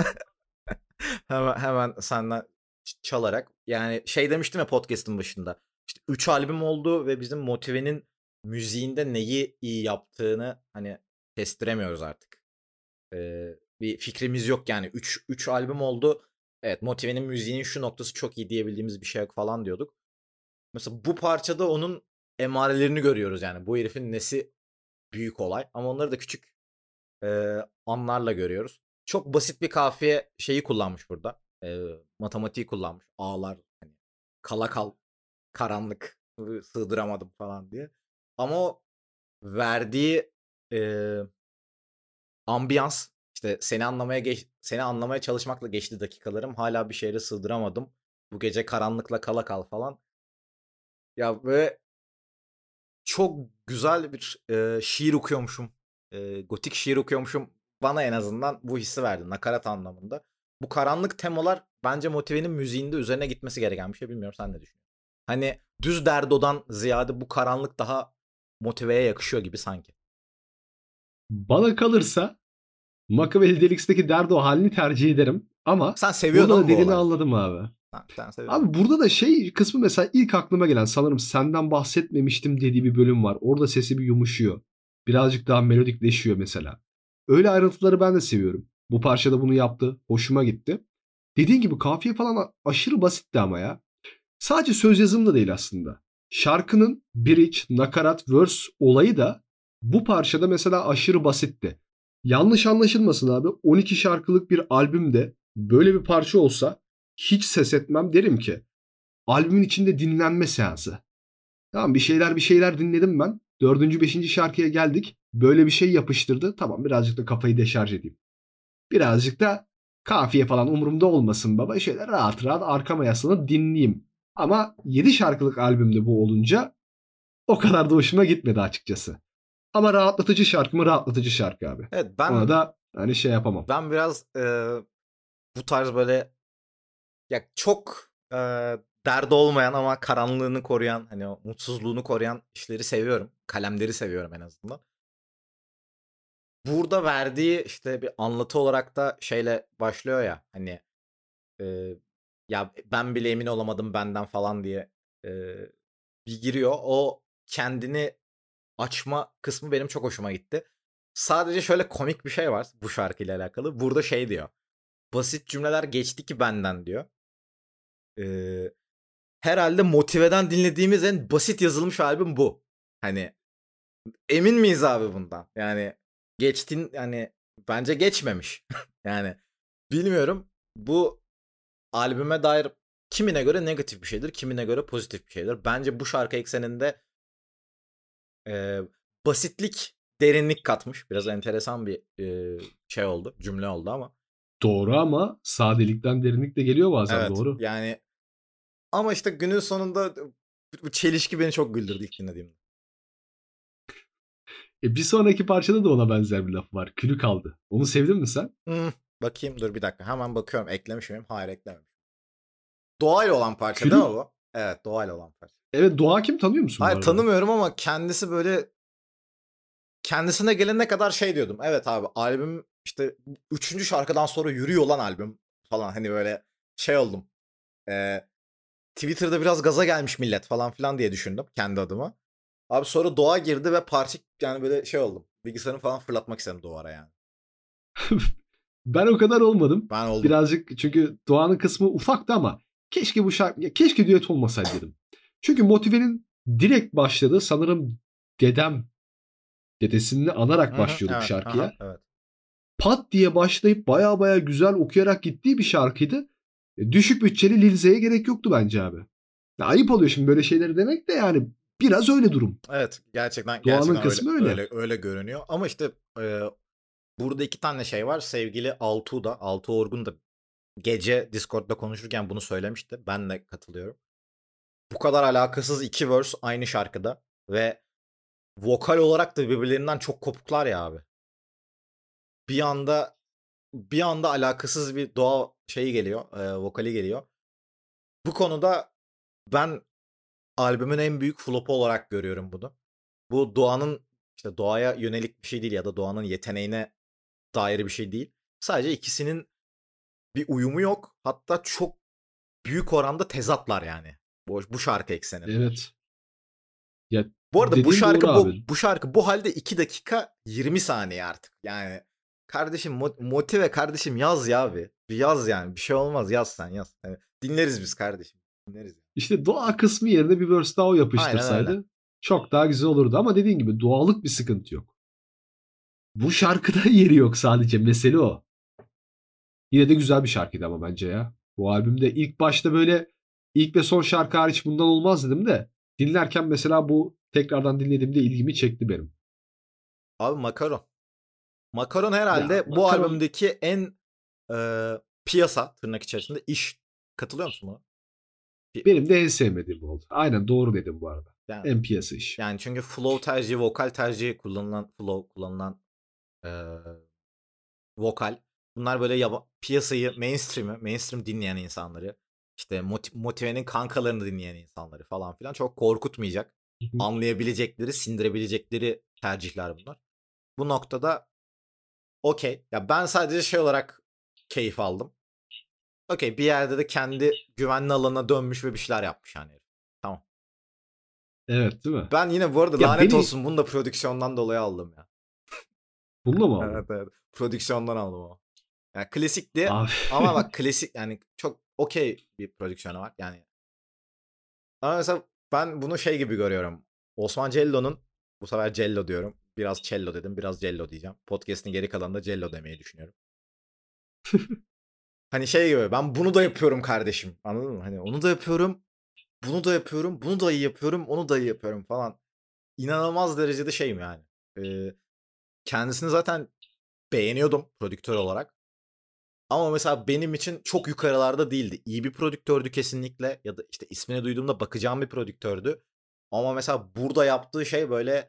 [SPEAKER 1] Hemen senden çalarak yani şey demiştim ya podcast'ın başında. İşte 3 albüm oldu ve bizim Motive'nin müziğinde neyi iyi yaptığını hani kestiremiyoruz artık. Bir fikrimiz yok yani. 3 albüm oldu. Evet Motive'nin müziğinin şu noktası çok iyi diyebildiğimiz bir şey yok falan diyorduk. Mesela bu parçada onun emarelerini görüyoruz yani. Bu herifin nesi büyük olay ama onları da küçük anlarla görüyoruz. Çok basit bir kafiye şeyi kullanmış burada. Matematiği kullanmış. Ağlar hani kala kal karanlık sığdıramadım falan diye. Ama o verdiği eee, ambiyans işte seni anlamaya çalışmakla geçti dakikalarım. Hala bir şehre sığdıramadım. Bu gece karanlıkla kala kal falan. Ya böyle çok güzel bir şiir okuyormuşum. Gotik şiir okuyormuşum. Bana en azından bu hissi verdi nakarat anlamında. Bu karanlık temalar bence Motive'nin müziğinde üzerine gitmesi gereken bir şey. Bilmiyorum sen ne düşünüyorsun? Hani düz derdodan ziyade bu karanlık daha Motive'ye yakışıyor gibi sanki.
[SPEAKER 2] Bana kalırsa Machiavelli Deluxe'deki Derdo halini tercih ederim. Ama
[SPEAKER 1] Sen seviyordun
[SPEAKER 2] burada da
[SPEAKER 1] ama bu
[SPEAKER 2] dediğini
[SPEAKER 1] olayı.
[SPEAKER 2] anladım abi.
[SPEAKER 1] Sen seviyordun.
[SPEAKER 2] Abi burada da şey kısmı mesela ilk aklıma gelen sanırım senden bahsetmemiştim dediği bir bölüm var. Orada sesi bir yumuşuyor. Birazcık daha melodikleşiyor mesela. Öyle ayrıntıları ben de seviyorum. Bu parçada bunu yaptı. Hoşuma gitti. Dediğin gibi kafiye falan aşırı basitti ama ya. Sadece söz yazımı da değil aslında. Şarkının bridge, nakarat, verse olayı da bu parçada mesela aşırı basitti. Yanlış anlaşılmasın abi. 12 şarkılık bir albümde böyle bir parça olsa hiç ses etmem, derim ki albümün içinde dinlenme seansı. Tamam, bir şeyler dinledim ben. Dördüncü, beşinci şarkıya geldik. Böyle bir şey yapıştırdı. Tamam, birazcık da kafayı deşarj edeyim. Birazcık da kafiye falan umurumda olmasın baba. Şöyle rahat rahat arkama yaslanıp dinleyeyim. Ama 7 şarkılık albümde bu olunca o kadar da hoşuma gitmedi açıkçası. Ama rahatlatıcı şarkı mı, rahatlatıcı şarkı abi.
[SPEAKER 1] Evet
[SPEAKER 2] Ona da hani şey yapamam.
[SPEAKER 1] ben biraz bu tarz böyle ya çok derdi olmayan ama karanlığını koruyan hani o mutsuzluğunu koruyan işleri seviyorum. Kalemleri seviyorum en azından. Burada verdiği işte bir anlatı olarak da şeyle başlıyor ya hani ya ben bile emin olamadım benden falan diye bir giriyor. O kendini açma kısmı benim çok hoşuma gitti. Sadece şöyle komik bir şey var bu şarkıyla alakalı. Burada şey diyor. Basit cümleler geçti ki benden diyor. Eee, herhalde Motive'den dinlediğimiz en basit yazılmış albüm bu. Hani emin miyiz abi bundan? Yani geçtin yani bence geçmemiş. Yani bilmiyorum. Bu albüme dair kimine göre negatif bir şeydir, kimine göre pozitif bir şeydir. Bence bu şarkı ekseninde eee, basitlik derinlik katmış. Biraz enteresan bir şey oldu, cümle oldu ama.
[SPEAKER 2] Doğru ama sadelikten derinlik de geliyor bazen,
[SPEAKER 1] Evet
[SPEAKER 2] doğru.
[SPEAKER 1] yani ama işte günün sonunda bu çelişki beni çok güldürdü ilk dinlediğimde.
[SPEAKER 2] Bir sonraki parçada da ona benzer bir laf var. Külü kaldı. Onu sevdin mi sen?
[SPEAKER 1] Hımm. Bakayım dur bir dakika. Hemen bakıyorum. Eklemiş miyim? Hayır eklememişim. Doğayla olan parça değil mi
[SPEAKER 2] Külü,
[SPEAKER 1] bu? Evet, doğayla olan parça.
[SPEAKER 2] evet, Doğa kim, tanıyor musun bu
[SPEAKER 1] Hayır
[SPEAKER 2] arada?
[SPEAKER 1] tanımıyorum ama kendisi böyle kendisine gelene kadar şey diyordum. Evet abi albüm işte üçüncü şarkıdan sonra yürüyor lan albüm falan. Hani böyle şey oldum. Eee, Twitter'da biraz gaza gelmiş millet falan filan diye düşündüm kendi adıma. Abi sonra Doğa girdi ve parça yani böyle şey oldum. Bilgisayarımı falan fırlatmak istedim duvara yani.
[SPEAKER 2] Ben o kadar olmadım.
[SPEAKER 1] Ben oldum.
[SPEAKER 2] Birazcık çünkü Doğan'ın kısmı ufaktı ama keşke bu şarkı, keşke düet olmasaydı dedim. Çünkü Motive'nin direkt başladığı sanırım dedesini anarak
[SPEAKER 1] Hı hı.
[SPEAKER 2] başlıyordu bu
[SPEAKER 1] Evet. Aha,
[SPEAKER 2] şarkıya.
[SPEAKER 1] evet.
[SPEAKER 2] Pat diye başlayıp baya baya güzel okuyarak gittiği bir şarkıydı. Düşük bütçeli Lil Z'ye gerek yoktu bence abi. Ya ayıp oluyor şimdi böyle şeyleri demek de, yani biraz öyle durum.
[SPEAKER 1] Evet, gerçekten
[SPEAKER 2] Doğan'ın
[SPEAKER 1] gerçekten öyle
[SPEAKER 2] kısmı öyle.
[SPEAKER 1] öyle görünüyor ama işte, burada 2 tane şey var. Sevgili Altuğ Orgun da gece Discord'da konuşurken bunu söylemişti. Ben de katılıyorum. Bu kadar alakasız 2 verse aynı şarkıda ve vokal olarak da birbirlerinden çok kopuklar ya abi. Bir anda bir anda alakasız bir doğa şeyi geliyor, vokali geliyor. Bu konuda ben albümün en büyük flop'u olarak görüyorum bunu. Bu doğanın işte doğaya yönelik bir şey değil ya da doğanın yeteneğine dair bir şey değil. Sadece ikisinin bir uyumu yok. Hatta çok büyük oranda tezatlar yani. Bu şarkı ekseninde.
[SPEAKER 2] Evet. Ya
[SPEAKER 1] Bu arada bu
[SPEAKER 2] dediğin doğru
[SPEAKER 1] şarkı
[SPEAKER 2] abi.
[SPEAKER 1] bu şarkı bu halde 2 dakika 20 saniye artık. Yani kardeşim motive kardeşim yaz ya bir. Bir yaz yani. Bir şey olmaz yaz sen yaz. Yani dinleriz biz kardeşim. Dinleriz.
[SPEAKER 2] İşte doğa kısmı yerine bir verse daha o
[SPEAKER 1] Aynen öyle.
[SPEAKER 2] yapıştırsaydı çok daha güzel olurdu. Ama dediğin gibi doğallık bir sıkıntı yok. Bu şarkıda yeri yok sadece. Mesele o. Yine de güzel bir şarkıydı ama bence ya. Bu albümde ilk başta böyle ilk ve son şarkı hariç bundan olmaz dedim de dinlerken mesela bu tekrardan dinlediğimde ilgimi çekti benim.
[SPEAKER 1] Abi Makaron. Makaron
[SPEAKER 2] Ya
[SPEAKER 1] herhalde bu
[SPEAKER 2] Makaron
[SPEAKER 1] albümdeki en piyasa tırnak içerisinde iş. Katılıyor musun buna?
[SPEAKER 2] benim de en sevmediğim oldu. Aynen, doğru dedim bu arada.
[SPEAKER 1] Yani,
[SPEAKER 2] En piyasa iş.
[SPEAKER 1] yani çünkü flow tercihi, vokal tercihi, kullanılan eee, vokal. Bunlar böyle piyasayı, mainstream dinleyen insanları, işte Motive'nin kankalarını dinleyen insanları falan filan çok korkutmayacak.
[SPEAKER 2] Hı hı.
[SPEAKER 1] Anlayabilecekleri, sindirebilecekleri tercihler bunlar. Bu noktada okey. Ya ben sadece şey olarak keyif aldım. Okey, bir yerde de kendi güvenli alanına dönmüş ve bir şeyler yapmış yani herif. Tamam.
[SPEAKER 2] Evet, değil mi?
[SPEAKER 1] Ben yine bu arada
[SPEAKER 2] Ya
[SPEAKER 1] lanet
[SPEAKER 2] beni
[SPEAKER 1] olsun bunu da prodüksiyondan dolayı aldım ya.
[SPEAKER 2] bununla mı
[SPEAKER 1] Evet,
[SPEAKER 2] aldın?
[SPEAKER 1] evet. Prodüksiyondan aldım o. Yani klasikti
[SPEAKER 2] Abi
[SPEAKER 1] ama bak klasik yani çok okey bir prodüksiyonu var. Yani ama mesela ben bunu şey gibi görüyorum. Osman Cello'nun, bu sefer Cello diyorum. Biraz Cello dedim, biraz Cello diyeceğim. Podcast'in geri kalanında Cello demeyi düşünüyorum. Hani şey gibi, ben bunu da yapıyorum kardeşim. Anladın mı? Hani onu da yapıyorum, bunu da yapıyorum, bunu da iyi yapıyorum, onu da iyi yapıyorum falan. İnanılmaz derecede şeyim yani. Ee, Kendisini zaten beğeniyordum prodüktör olarak. Ama mesela benim için çok yukarılarda değildi. İyi bir prodüktördü kesinlikle. Ya da işte ismini duyduğumda bakacağım bir prodüktördü. Ama mesela burada yaptığı şey böyle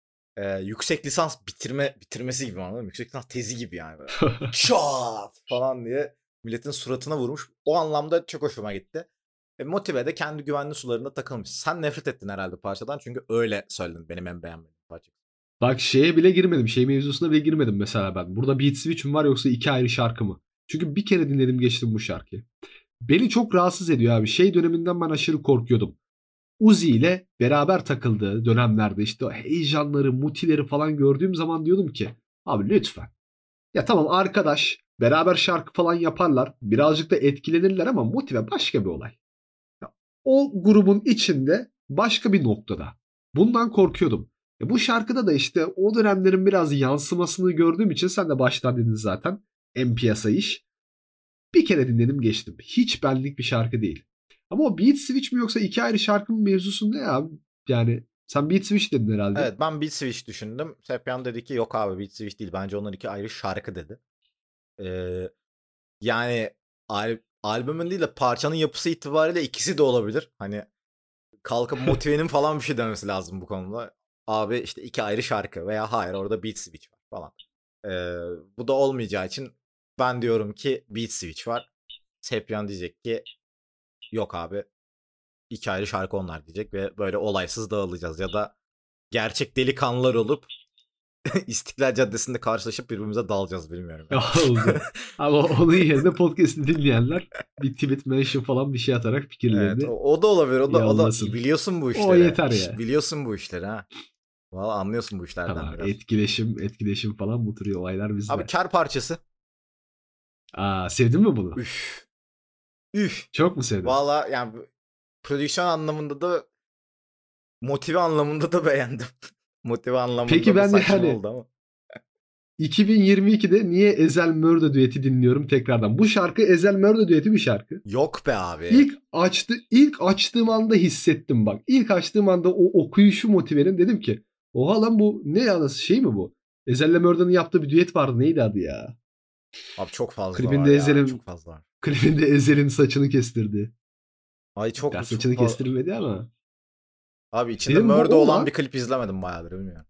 [SPEAKER 1] yüksek lisans bitirmesi gibi, anladın mı? Yüksek lisans tezi gibi yani böyle. Şat falan diye milletin suratına vurmuş. O anlamda çok hoşuma gitti. Motive de kendi güvenli sularında takılmış. Sen nefret ettin herhalde parçadan çünkü öyle söyledin benim en beğenmediğim parça.
[SPEAKER 2] bak şeye bile girmedim. Şey mevzusuna bile girmedim mesela ben. Burada Beat Switch mi var yoksa iki ayrı şarkı mı? Çünkü bir kere dinledim geçtim bu şarkıyı. Beni çok rahatsız ediyor abi. Şey döneminden ben aşırı korkuyordum. Uzi ile beraber takıldığı dönemlerde işte o heyecanları, mutileri falan gördüğüm zaman diyordum ki abi lütfen. Ya tamam arkadaş beraber şarkı falan yaparlar. Birazcık da etkilenirler ama Motive başka bir olay. Ya, o grubun içinde başka bir noktada. Bundan korkuyordum. Bu şarkıda da işte o dönemlerin biraz yansımasını gördüğüm için sen de baştan dedin zaten. En piyasa iş. Bir kere dinledim geçtim. Hiç benlik bir şarkı değil. Ama o Beat Switch mi yoksa iki ayrı şarkı mı mevzusu ne ya? Yani sen Beat Switch dedin herhalde.
[SPEAKER 1] Evet, ben Beat Switch düşündüm. Sepyan dedi ki yok abi Beat Switch değil. Bence onlar iki ayrı şarkı dedi. Ee, Yani albümün değil de parçanın yapısı itibariyle ikisi de olabilir. Hani kalkıp Motive'nin falan bir şey demesi lazım bu konuda. Abi işte iki ayrı şarkı veya hayır orada Beat Switch var falan. Bu da olmayacağı için ben diyorum ki Beat Switch var. Sepyan diyecek ki yok abi iki ayrı şarkı onlar diyecek ve böyle olaysız dağılacağız. Ya da gerçek delikanlılar olup İstiklal Caddesi'nde karşılaşıp birbirimize dalacağız, bilmiyorum yani.
[SPEAKER 2] Oldu. Ama onun yerine podcast'i dinleyenler bir tweet mention falan bir şey atarak
[SPEAKER 1] Evet,
[SPEAKER 2] fikirlerini
[SPEAKER 1] o da olabilir. O da
[SPEAKER 2] yollasın.
[SPEAKER 1] biliyorsun bu
[SPEAKER 2] O
[SPEAKER 1] işleri.
[SPEAKER 2] yeter ya.
[SPEAKER 1] Biliyorsun bu işleri ha. Valla anlıyorsun bu işlerden
[SPEAKER 2] Tamam
[SPEAKER 1] biraz.
[SPEAKER 2] etkileşim falan bu tür olaylar
[SPEAKER 1] Abi
[SPEAKER 2] bizde.
[SPEAKER 1] kar parçası.
[SPEAKER 2] Aa, sevdin mi bunu?
[SPEAKER 1] Üf. Üf.
[SPEAKER 2] Çok mu sevdin?
[SPEAKER 1] Valla yani prodüksiyon anlamında da motive anlamında da beğendim. Motive
[SPEAKER 2] Peki
[SPEAKER 1] anlamında da
[SPEAKER 2] ben
[SPEAKER 1] saçma
[SPEAKER 2] yani
[SPEAKER 1] oldu ama.
[SPEAKER 2] 2022'de niye Ezel Murda düeti dinliyorum tekrardan? Bu şarkı Ezel Murda düeti bir şarkı.
[SPEAKER 1] Yok be abi.
[SPEAKER 2] İlk açtığım anda hissettim bak. İlk açtığım anda o okuyuşu Motive'nin dedim ki oha lan bu ne ya nasıl şey mi bu? Ezel'le Murda'nın yaptığı bir düet vardı neydi adı ya?
[SPEAKER 1] Abi çok fazla var
[SPEAKER 2] Klibinde
[SPEAKER 1] ya. Çok
[SPEAKER 2] Ezel'in
[SPEAKER 1] fazla var.
[SPEAKER 2] klibinde Ezel'in saçını kestirdi.
[SPEAKER 1] Ay
[SPEAKER 2] Ya
[SPEAKER 1] çok
[SPEAKER 2] saçını
[SPEAKER 1] fazla.
[SPEAKER 2] kestirmedi ama.
[SPEAKER 1] Abi içinde
[SPEAKER 2] Dedim
[SPEAKER 1] Murder
[SPEAKER 2] bu o
[SPEAKER 1] olan bir
[SPEAKER 2] lan.
[SPEAKER 1] klip izlemedim bayağıdır, bilmiyorum.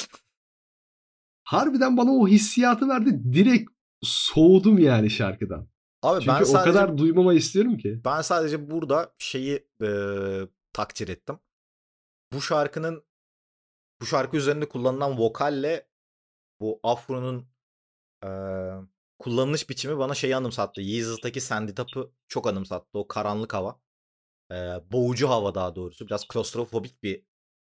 [SPEAKER 2] Harbiden bana o hissiyatı verdi. Direkt soğudum yani şarkıdan.
[SPEAKER 1] Abi
[SPEAKER 2] Çünkü o kadar duymama istiyorum ki.
[SPEAKER 1] ben sadece burada şeyi takdir ettim. Bu şarkının bu şarkı üzerinde kullanılan vokalle bu afronun eee, kullanılış biçimi bana şeyi anımsattı. Yeezy'daki Sandy Tap'ı çok anımsattı. O karanlık hava. Boğucu hava daha doğrusu. Biraz klostrofobik bir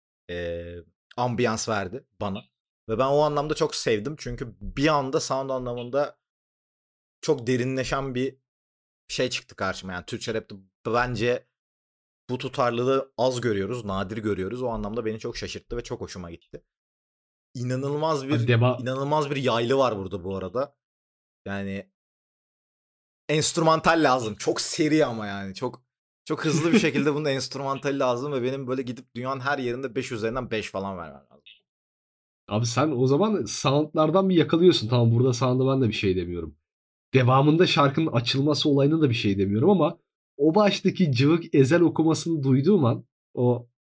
[SPEAKER 1] ambiyans verdi bana. Ve ben o anlamda çok sevdim. Çünkü bir anda sound anlamında çok derinleşen bir şey çıktı karşıma. Yani Türkçe rapte bence bu tutarlılığı az görüyoruz, nadir görüyoruz. O anlamda beni çok şaşırttı ve çok hoşuma gitti. İnanılmaz
[SPEAKER 2] Abi
[SPEAKER 1] bir inanılmaz bir yaylı var burada bu arada. Yani enstrümantal lazım. Çok seri ama yani çok hızlı bir şekilde bunun enstrümantali lazım ve benim böyle gidip dünyanın her yerinde 5 üzerinden 5 falan vermem lazım.
[SPEAKER 2] Abi sen o zaman soundlardan bir yakalıyorsun. Tamam burada sound'a ben de bir şey demiyorum. Devamında şarkının açılması olayına da bir şey demiyorum ama o baştaki cıvık Ezel okumasını duyduğum an o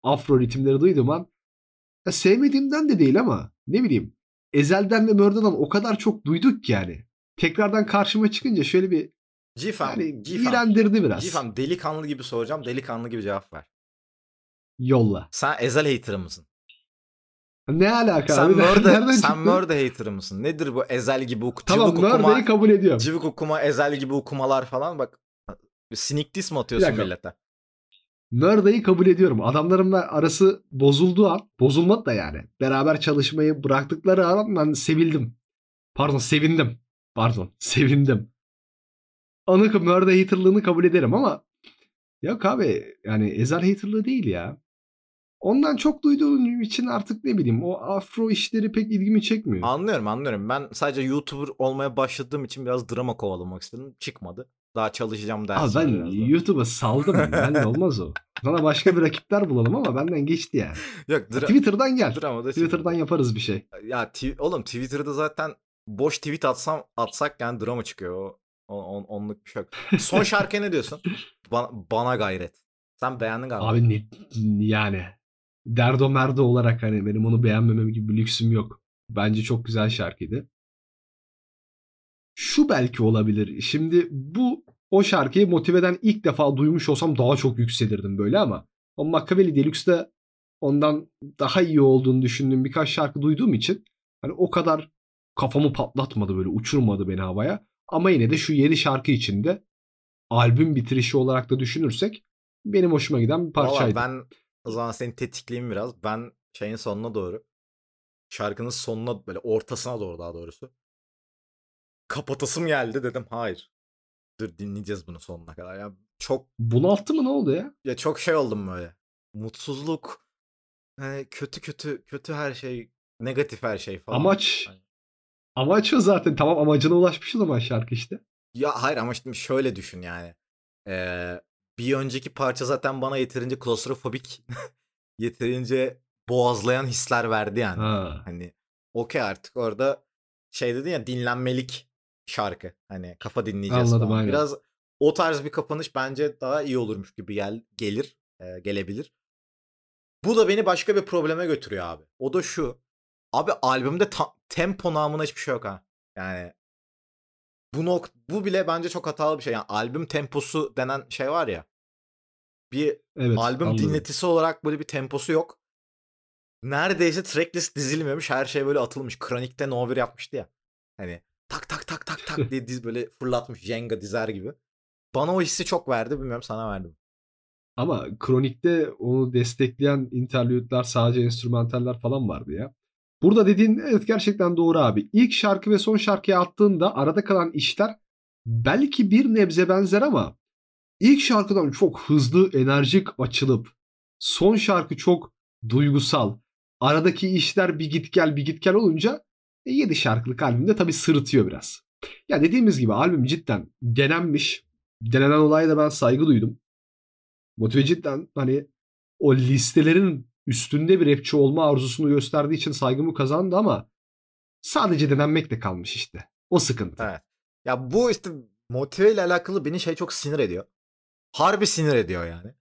[SPEAKER 2] afro ritimleri duyduğum an ya sevmediğimden de değil ama ne bileyim Ezel'den ve Murder'dan o kadar çok duyduk ki yani. Tekrardan karşıma çıkınca şöyle bir
[SPEAKER 1] Cifam,
[SPEAKER 2] yani
[SPEAKER 1] Cifam,
[SPEAKER 2] iğrendirdi biraz.
[SPEAKER 1] Cifam delikanlı gibi soracağım. Delikanlı gibi cevap ver.
[SPEAKER 2] Yolla.
[SPEAKER 1] Sen Ezel hater'ı mısın?
[SPEAKER 2] Ne alaka
[SPEAKER 1] Sen
[SPEAKER 2] abi?
[SPEAKER 1] Murder,
[SPEAKER 2] Nereden
[SPEAKER 1] sen
[SPEAKER 2] çıktı?
[SPEAKER 1] Murder hater'ı mısın? Nedir bu Ezel gibi
[SPEAKER 2] Tamam Murder'ı kabul ediyorum.
[SPEAKER 1] cıvık okuma, Ezel gibi okumalar falan bak. Sneak diss mi
[SPEAKER 2] Bir
[SPEAKER 1] atıyorsun
[SPEAKER 2] dakika.
[SPEAKER 1] millete?
[SPEAKER 2] Murder'ı kabul ediyorum. Adamların arası bozulduğu an, bozulmadı da yani. Beraber çalışmayı bıraktıkları an ben sevildim. Pardon sevindim. Pardon sevindim. Murder haterlığını kabul ederim ama yok abi yani Ezel haterlığı değil ya. Ondan çok duyduğum için artık ne bileyim o afro işleri pek ilgimi çekmiyor.
[SPEAKER 1] Anlıyorum. Ben sadece YouTuber olmaya başladığım için biraz drama kovalamak istedim. Çıkmadı. Daha çalışacağım
[SPEAKER 2] Abi
[SPEAKER 1] dersim var
[SPEAKER 2] ben
[SPEAKER 1] biraz da.
[SPEAKER 2] YouTube'a saldım. Benle olmaz o. Sana başka bir rakipler bulalım ama benden geçti yani.
[SPEAKER 1] Yok
[SPEAKER 2] Twitter'dan gel.
[SPEAKER 1] drama da
[SPEAKER 2] Twitter'dan yaparız bir şey.
[SPEAKER 1] Ya oğlum Twitter'da zaten boş tweet atsak yani drama çıkıyor. Onluk bir şey yok. Son şarkıya ne diyorsun? Bana gayret. Sen beğendin galiba.
[SPEAKER 2] Abi yani derdo merdo olarak hani benim onu beğenmemem gibi bir lüksüm yok. Bence çok güzel şarkıydı. Şu belki olabilir. Şimdi o şarkıyı Motive'den ilk defa duymuş olsam daha çok yükselirdim böyle ama o Machiavelli Deluxe'da ondan daha iyi olduğunu düşündüğüm birkaç şarkı duyduğum için hani o kadar kafamı patlatmadı böyle uçurmadı beni havaya. Ama yine de şu 7 şarkı içinde albüm bitirişi olarak da düşünürsek benim hoşuma giden bir parçaydı.
[SPEAKER 1] Valla ben o zaman seni tetikleyeyim biraz. Ben şeyin sonuna doğru. Şarkının sonuna böyle ortasına doğru daha doğrusu. Kapatasım geldi dedim. Hayır. Dur dinleyeceğiz bunu sonuna kadar. Ya çok
[SPEAKER 2] Bunalttı mı ne oldu ya?
[SPEAKER 1] çok şey oldum böyle. Mutsuzluk, kötü her şey, negatif her şey falan.
[SPEAKER 2] Amaç
[SPEAKER 1] Hani
[SPEAKER 2] amaç o zaten. Tamam amacına ulaşmış o zaman şarkı işte.
[SPEAKER 1] ya hayır ama şimdi şöyle düşün yani. Ee, Bir önceki parça zaten bana yeterince klostrofobik, yeterince boğazlayan hisler verdi yani.
[SPEAKER 2] Ha,
[SPEAKER 1] Hani okey artık orada şey dedin ya dinlenmelik şarkı. Hani kafa dinleyeceğiz
[SPEAKER 2] anladım
[SPEAKER 1] falan.
[SPEAKER 2] aynen.
[SPEAKER 1] Biraz o tarz bir kapanış bence daha iyi olurmuş gibi gelebilir. Bu da beni başka bir probleme götürüyor abi. O da şu. Abi albümde tempo namına hiçbir şey yok ha. Yani bu bile bence çok hatalı bir şey. Yani albüm temposu denen şey var ya. Bir
[SPEAKER 2] Evet
[SPEAKER 1] albüm
[SPEAKER 2] anladım.
[SPEAKER 1] dinletisi olarak böyle bir temposu yok. Neredeyse tracklist dizilmemiş. Her şey böyle atılmış. Kronik'te No 1 yapmıştı ya. Hani tak tak tak tak tak diye böyle fırlatmış Jenga dizer gibi. Bana o hissi çok verdi. Bilmiyorum sana verdim.
[SPEAKER 2] Ama Kronik'te onu destekleyen interlütler sadece enstrümantaller falan vardı ya. Burada dediğin evet gerçekten doğru abi. İlk şarkı ve son şarkıya attığında arada kalan işler belki bir nebze benzer ama ilk şarkıdan çok hızlı, enerjik açılıp son şarkı çok duygusal. Aradaki işler bir git gel bir git gel olunca 7 şarkılık albümde tabii sırıtıyor biraz. Ya dediğimiz gibi albüm cidden denenmiş. Denenen olaya da ben saygı duydum. Motive cidden hani o listelerin üstünde bir rapçi olma arzusunu gösterdiği için saygımı kazandı ama sadece denenmekle kalmış işte. O sıkıntı.
[SPEAKER 1] Evet. Ya bu işte motive ile alakalı beni şey çok sinir ediyor. Harbi sinir ediyor yani.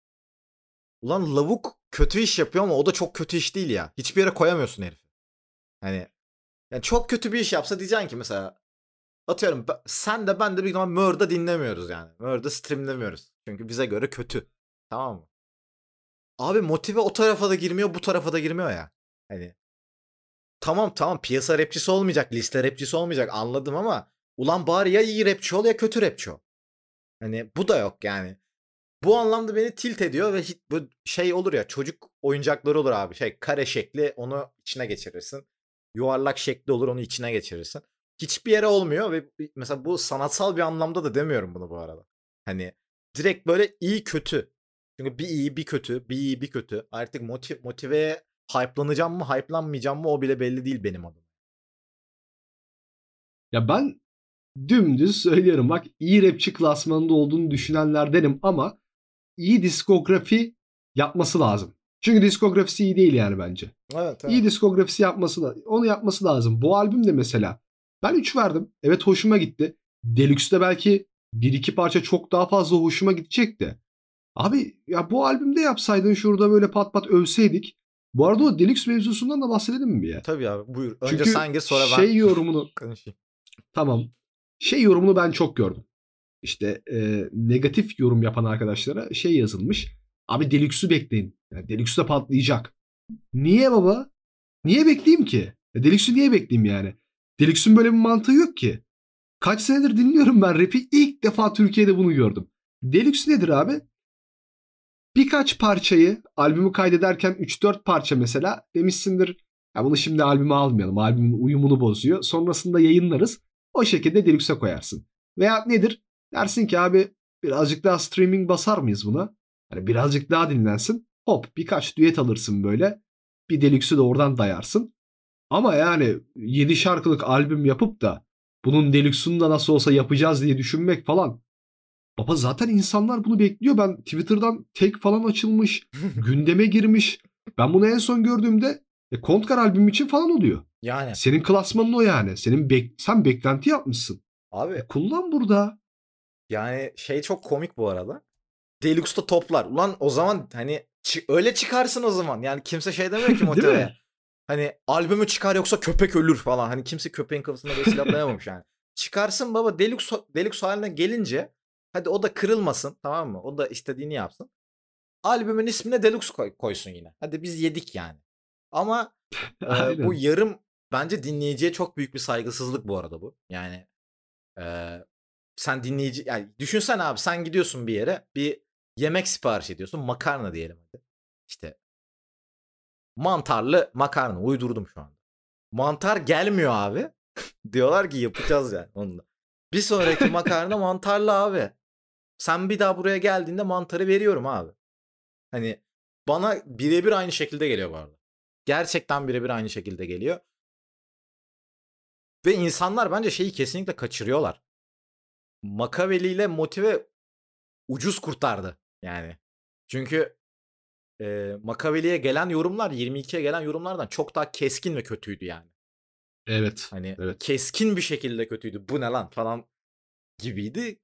[SPEAKER 1] Ulan lavuk kötü iş yapıyor ama o da çok kötü iş değil ya. Hiçbir yere koyamıyorsun herifi. Hani yani çok kötü bir iş yapsa diyeceksin ki mesela atıyorum sen de ben de bir zaman Murda dinlemiyoruz yani. Murda streamlemiyoruz. Çünkü bize göre kötü. Tamam mı? Abi motive o tarafa da girmiyor bu tarafa da girmiyor ya. Hani tamam piyasa rapçisi olmayacak liste rapçisi olmayacak anladım ama ulan bari ya iyi rapçi ol ya kötü rapçi ol. Hani bu da yok yani. Bu anlamda beni tilt ediyor ve bu şey olur ya çocuk oyuncakları olur abi. Şey kare şekli onu içine geçirirsin. Yuvarlak şekli olur onu içine geçirirsin. Hiçbir yere olmuyor ve mesela bu sanatsal bir anlamda da demiyorum bunu bu arada. Hani direkt böyle iyi kötü. Çünkü bir iyi bir kötü, bir iyi bir kötü. Artık motiveye hype'lanacağım mı, hype'lanmayacağım mı o bile belli değil benim adım.
[SPEAKER 2] Ya ben dümdüz söylüyorum bak iyi rapçi klasmanında olduğunu düşünenlerdenim ama iyi diskografi yapması lazım. Çünkü diskografisi iyi değil yani bence.
[SPEAKER 1] Evet
[SPEAKER 2] İyi
[SPEAKER 1] evet.
[SPEAKER 2] diskografisi onu yapması lazım. Bu albüm de mesela ben 3 verdim. Evet hoşuma gitti. Deluxe'de belki bir iki parça çok daha fazla hoşuma gidecekti. Abi ya bu albümde yapsaydın şurada böyle pat pat övseydik. Bu arada o Deluxe mevzusundan da bahsedelim mi ya?
[SPEAKER 1] Tabii abi, buyur. Önce
[SPEAKER 2] Çünkü
[SPEAKER 1] sen gir, sonra ben
[SPEAKER 2] şey yorumunu
[SPEAKER 1] konuşayım.
[SPEAKER 2] tamam. Şey yorumunu ben çok gördüm. İşte negatif yorum yapan arkadaşlara şey yazılmış. Abi Deluxe'u bekleyin. Yani Deluxe de patlayacak. Niye baba? Niye bekleyeyim ki? Deluxe'u niye bekleyeyim yani? Deluxe'un böyle bir mantığı yok ki. Kaç senedir dinliyorum ben rap'i. İlk defa Türkiye'de bunu gördüm. Deluxe nedir abi? Birkaç parçayı albümü kaydederken 3-4 parça mesela demişsindir. Ya bunu şimdi albüme almayalım. Albümün uyumunu bozuyor. Sonrasında yayınlarız. O şekilde Deluxe'e koyarsın. Veya nedir? Dersin ki abi birazcık daha streaming basar mıyız buna? Yani birazcık daha dinlensin. Hop birkaç düet alırsın böyle. Bir Deluxe'ü de oradan dayarsın. Ama yani 7 şarkılık albüm yapıp da bunun Deluxe'unu da nasıl olsa yapacağız diye düşünmek falan. Baba zaten insanlar bunu bekliyor. Ben Twitter'dan tek falan açılmış. Gündeme girmiş. Ben bunu en son gördüğümde Kontkar albümü için falan oluyor.
[SPEAKER 1] Yani
[SPEAKER 2] Senin klasmanın o yani. Sen beklenti yapmışsın.
[SPEAKER 1] abi,
[SPEAKER 2] Kullan burada.
[SPEAKER 1] yani şey çok komik bu arada. Deluxe'da toplar. Ulan o zaman hani öyle çıkarsın o zaman. Yani kimse şey demiyor ki
[SPEAKER 2] Değil mi?
[SPEAKER 1] motiveye. Hani albümü çıkar yoksa köpek ölür falan. Hani kimse köpeğin kafasında böyle silahlayamamış yani. Çıkarsın baba, Deluxe haline gelince hadi o da kırılmasın, tamam mı? O da istediğini yapsın. Albümün ismine Deluxe koysun yine. Hadi biz yedik yani. Ama bu
[SPEAKER 2] Aynen.
[SPEAKER 1] yarım, bence dinleyiciye çok büyük bir saygısızlık bu arada bu. Yani e, sen dinleyici, yani düşünsen abi, sen gidiyorsun bir yere, bir yemek sipariş ediyorsun, makarna diyelim hadi. İşte mantarlı makarna uydurdum şu anda. Mantar gelmiyor abi. Diyorlar ki yapacağız yani onunla. Bir sonraki makarna mantarlı abi. Sen bir daha buraya geldiğinde mantarı veriyorum abi. Hani bana birebir aynı şekilde geliyor bu arada. Gerçekten birebir aynı şekilde geliyor. Ve insanlar bence şeyi kesinlikle kaçırıyorlar. Makaveli ile Motive ucuz kurtardı yani. Çünkü Makaveli'ye gelen yorumlar 22'ye gelen yorumlardan çok daha keskin ve kötüydü yani.
[SPEAKER 2] Evet.
[SPEAKER 1] Hani
[SPEAKER 2] Evet.
[SPEAKER 1] keskin bir şekilde kötüydü. Bu ne lan falan gibiydi.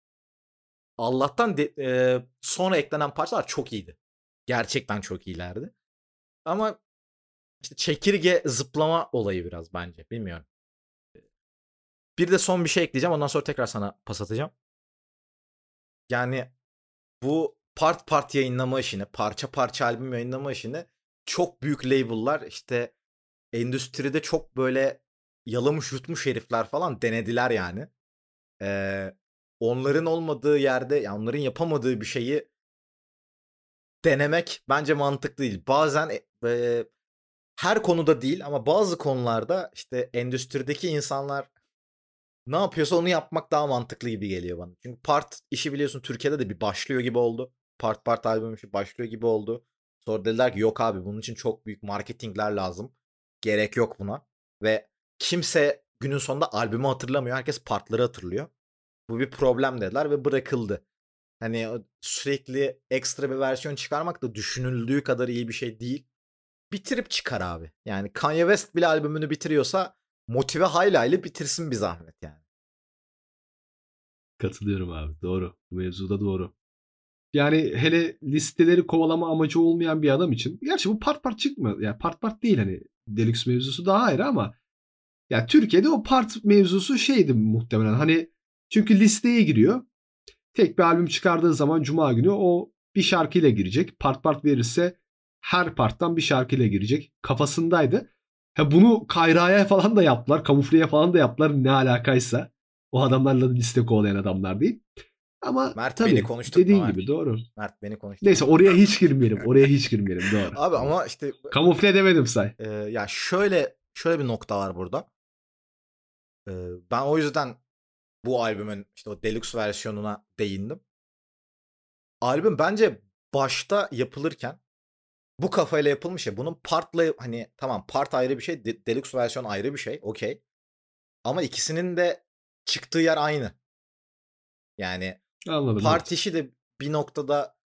[SPEAKER 1] Allah'tan sonra eklenen parçalar çok iyiydi. Gerçekten çok iyilerdi. Ama işte çekirge zıplama olayı biraz bence. Bilmiyorum. Bir de son bir şey ekleyeceğim. Ondan sonra tekrar sana pas atacağım. Yani bu part part yayınlama işini, parça parça albüm yayınlama işini çok büyük label'lar, işte endüstride çok böyle yalamış yutmuş herifler falan denediler yani. Onların olmadığı yerde, yani onların yapamadığı bir şeyi denemek bence mantıklı değil. Bazen her konuda değil ama bazı konularda işte endüstrideki insanlar ne yapıyorsa onu yapmak daha mantıklı gibi geliyor bana. Çünkü part işi biliyorsun Türkiye'de de bir başlıyor gibi oldu. Part part albüm işi başlıyor gibi oldu. Sonra dediler ki yok abi, bunun için çok büyük marketingler lazım. Gerek yok buna. Ve kimse günün sonunda albümü hatırlamıyor. Herkes partları hatırlıyor. Bu bir problem dediler ve bırakıldı. Hani sürekli ekstra bir versiyon çıkarmak da düşünüldüğü kadar iyi bir şey değil. Bitirip çıkar abi. Yani Kanye West bile albümünü bitiriyorsa Motive hayli hayli bitirsin bir zahmet yani.
[SPEAKER 2] Katılıyorum abi. Doğru. Bu mevzuda doğru. Yani hele listeleri kovalama amacı olmayan bir adam için. Gerçi bu part part çıkmıyor. Yani part part değil hani. Deluxe mevzusu daha ayrı ama ya Türkiye'de o part mevzusu şeydi muhtemelen. Hani çünkü listeye giriyor. Tek bir albüm çıkardığı zaman Cuma günü o bir şarkıyla girecek. Part part verirse her parttan bir şarkıyla girecek. Kafasındaydı. Ha bunu Kayra'ya falan da yaptılar. Kamufleye falan da yaptılar. Ne alakaysa. O adamlarla liste kovalayan adamlar değil. Ama
[SPEAKER 1] Mert beni
[SPEAKER 2] tabii
[SPEAKER 1] konuşturtma
[SPEAKER 2] dediğin
[SPEAKER 1] Mert.
[SPEAKER 2] gibi doğru.
[SPEAKER 1] Mert beni konuşturma.
[SPEAKER 2] Neyse oraya hiç girmeyelim. Oraya hiç girmeyelim. Doğru.
[SPEAKER 1] Abi
[SPEAKER 2] Doğru.
[SPEAKER 1] ama işte
[SPEAKER 2] Kamufle demedim say.
[SPEAKER 1] ya şöyle bir nokta var burada. Ben o yüzden bu albümün işte o deluxe versiyonuna değindim. Albüm bence başta yapılırken bu kafayla yapılmış ya. Bunun partla, hani tamam, part ayrı bir şey, deluxe versiyon ayrı bir şey. Okey. Ama ikisinin de çıktığı yer aynı. Yani
[SPEAKER 2] Anladım
[SPEAKER 1] part
[SPEAKER 2] evet.
[SPEAKER 1] işi de bir noktada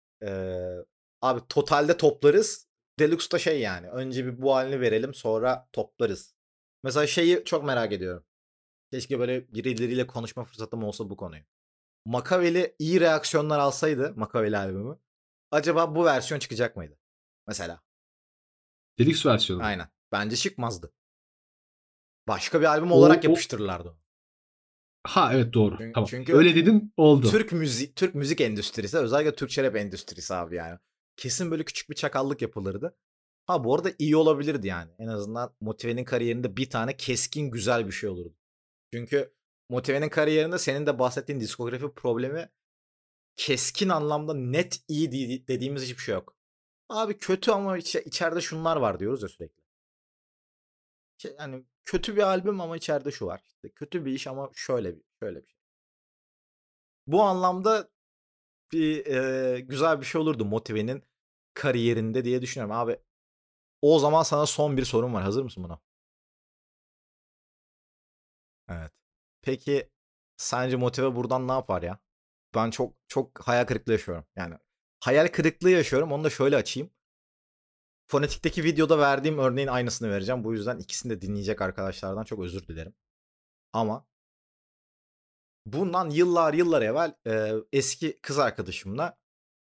[SPEAKER 1] abi totalde toplarız. Deluxe'da şey yani. Önce bir bu halini verelim, sonra toplarız. Mesela şeyi çok merak ediyorum. Keşke böyle birileriyle konuşma fırsatım olsa bu konuyu. Makaveli iyi reaksiyonlar alsaydı Makaveli albümü, acaba bu versiyon çıkacak mıydı? Mesela.
[SPEAKER 2] Deluxe versiyonu mu?
[SPEAKER 1] Aynen. Bence çıkmazdı. Başka bir albüm olarak
[SPEAKER 2] O
[SPEAKER 1] yapıştırırlardı onu.
[SPEAKER 2] ha evet doğru. Tamam.
[SPEAKER 1] Çünkü
[SPEAKER 2] Öyle dedin oldu.
[SPEAKER 1] Türk müzik endüstrisi, özellikle Türkçe rap endüstrisi abi yani. Kesin böyle küçük bir çakallık yapılırdı. Ha bu arada iyi olabilirdi yani. En azından Motive'nin kariyerinde bir tane keskin güzel bir şey olurdu. Çünkü Motive'nin kariyerinde senin de bahsettiğin diskografi problemi, keskin anlamda net iyi dediğimiz hiçbir şey yok. Abi kötü ama içeride şunlar var diyoruz ya sürekli. Yani kötü bir albüm ama içeride şu var. İşte kötü bir iş ama şöyle bir şey. Bu anlamda bir güzel bir şey olurdu Motive'nin kariyerinde diye düşünüyorum. Abi o zaman sana son bir sorum var. Hazır mısın buna? Evet. Peki sence Motive buradan ne yapar ya? Ben çok çok hayal kırıklığı yaşıyorum. Yani hayal kırıklığı yaşıyorum. Onu da şöyle açayım. Fonetik'teki videoda verdiğim örneğin aynısını vereceğim. Bu yüzden ikisini de dinleyecek arkadaşlardan çok özür dilerim. Ama bundan yıllar evvel eski kız arkadaşımla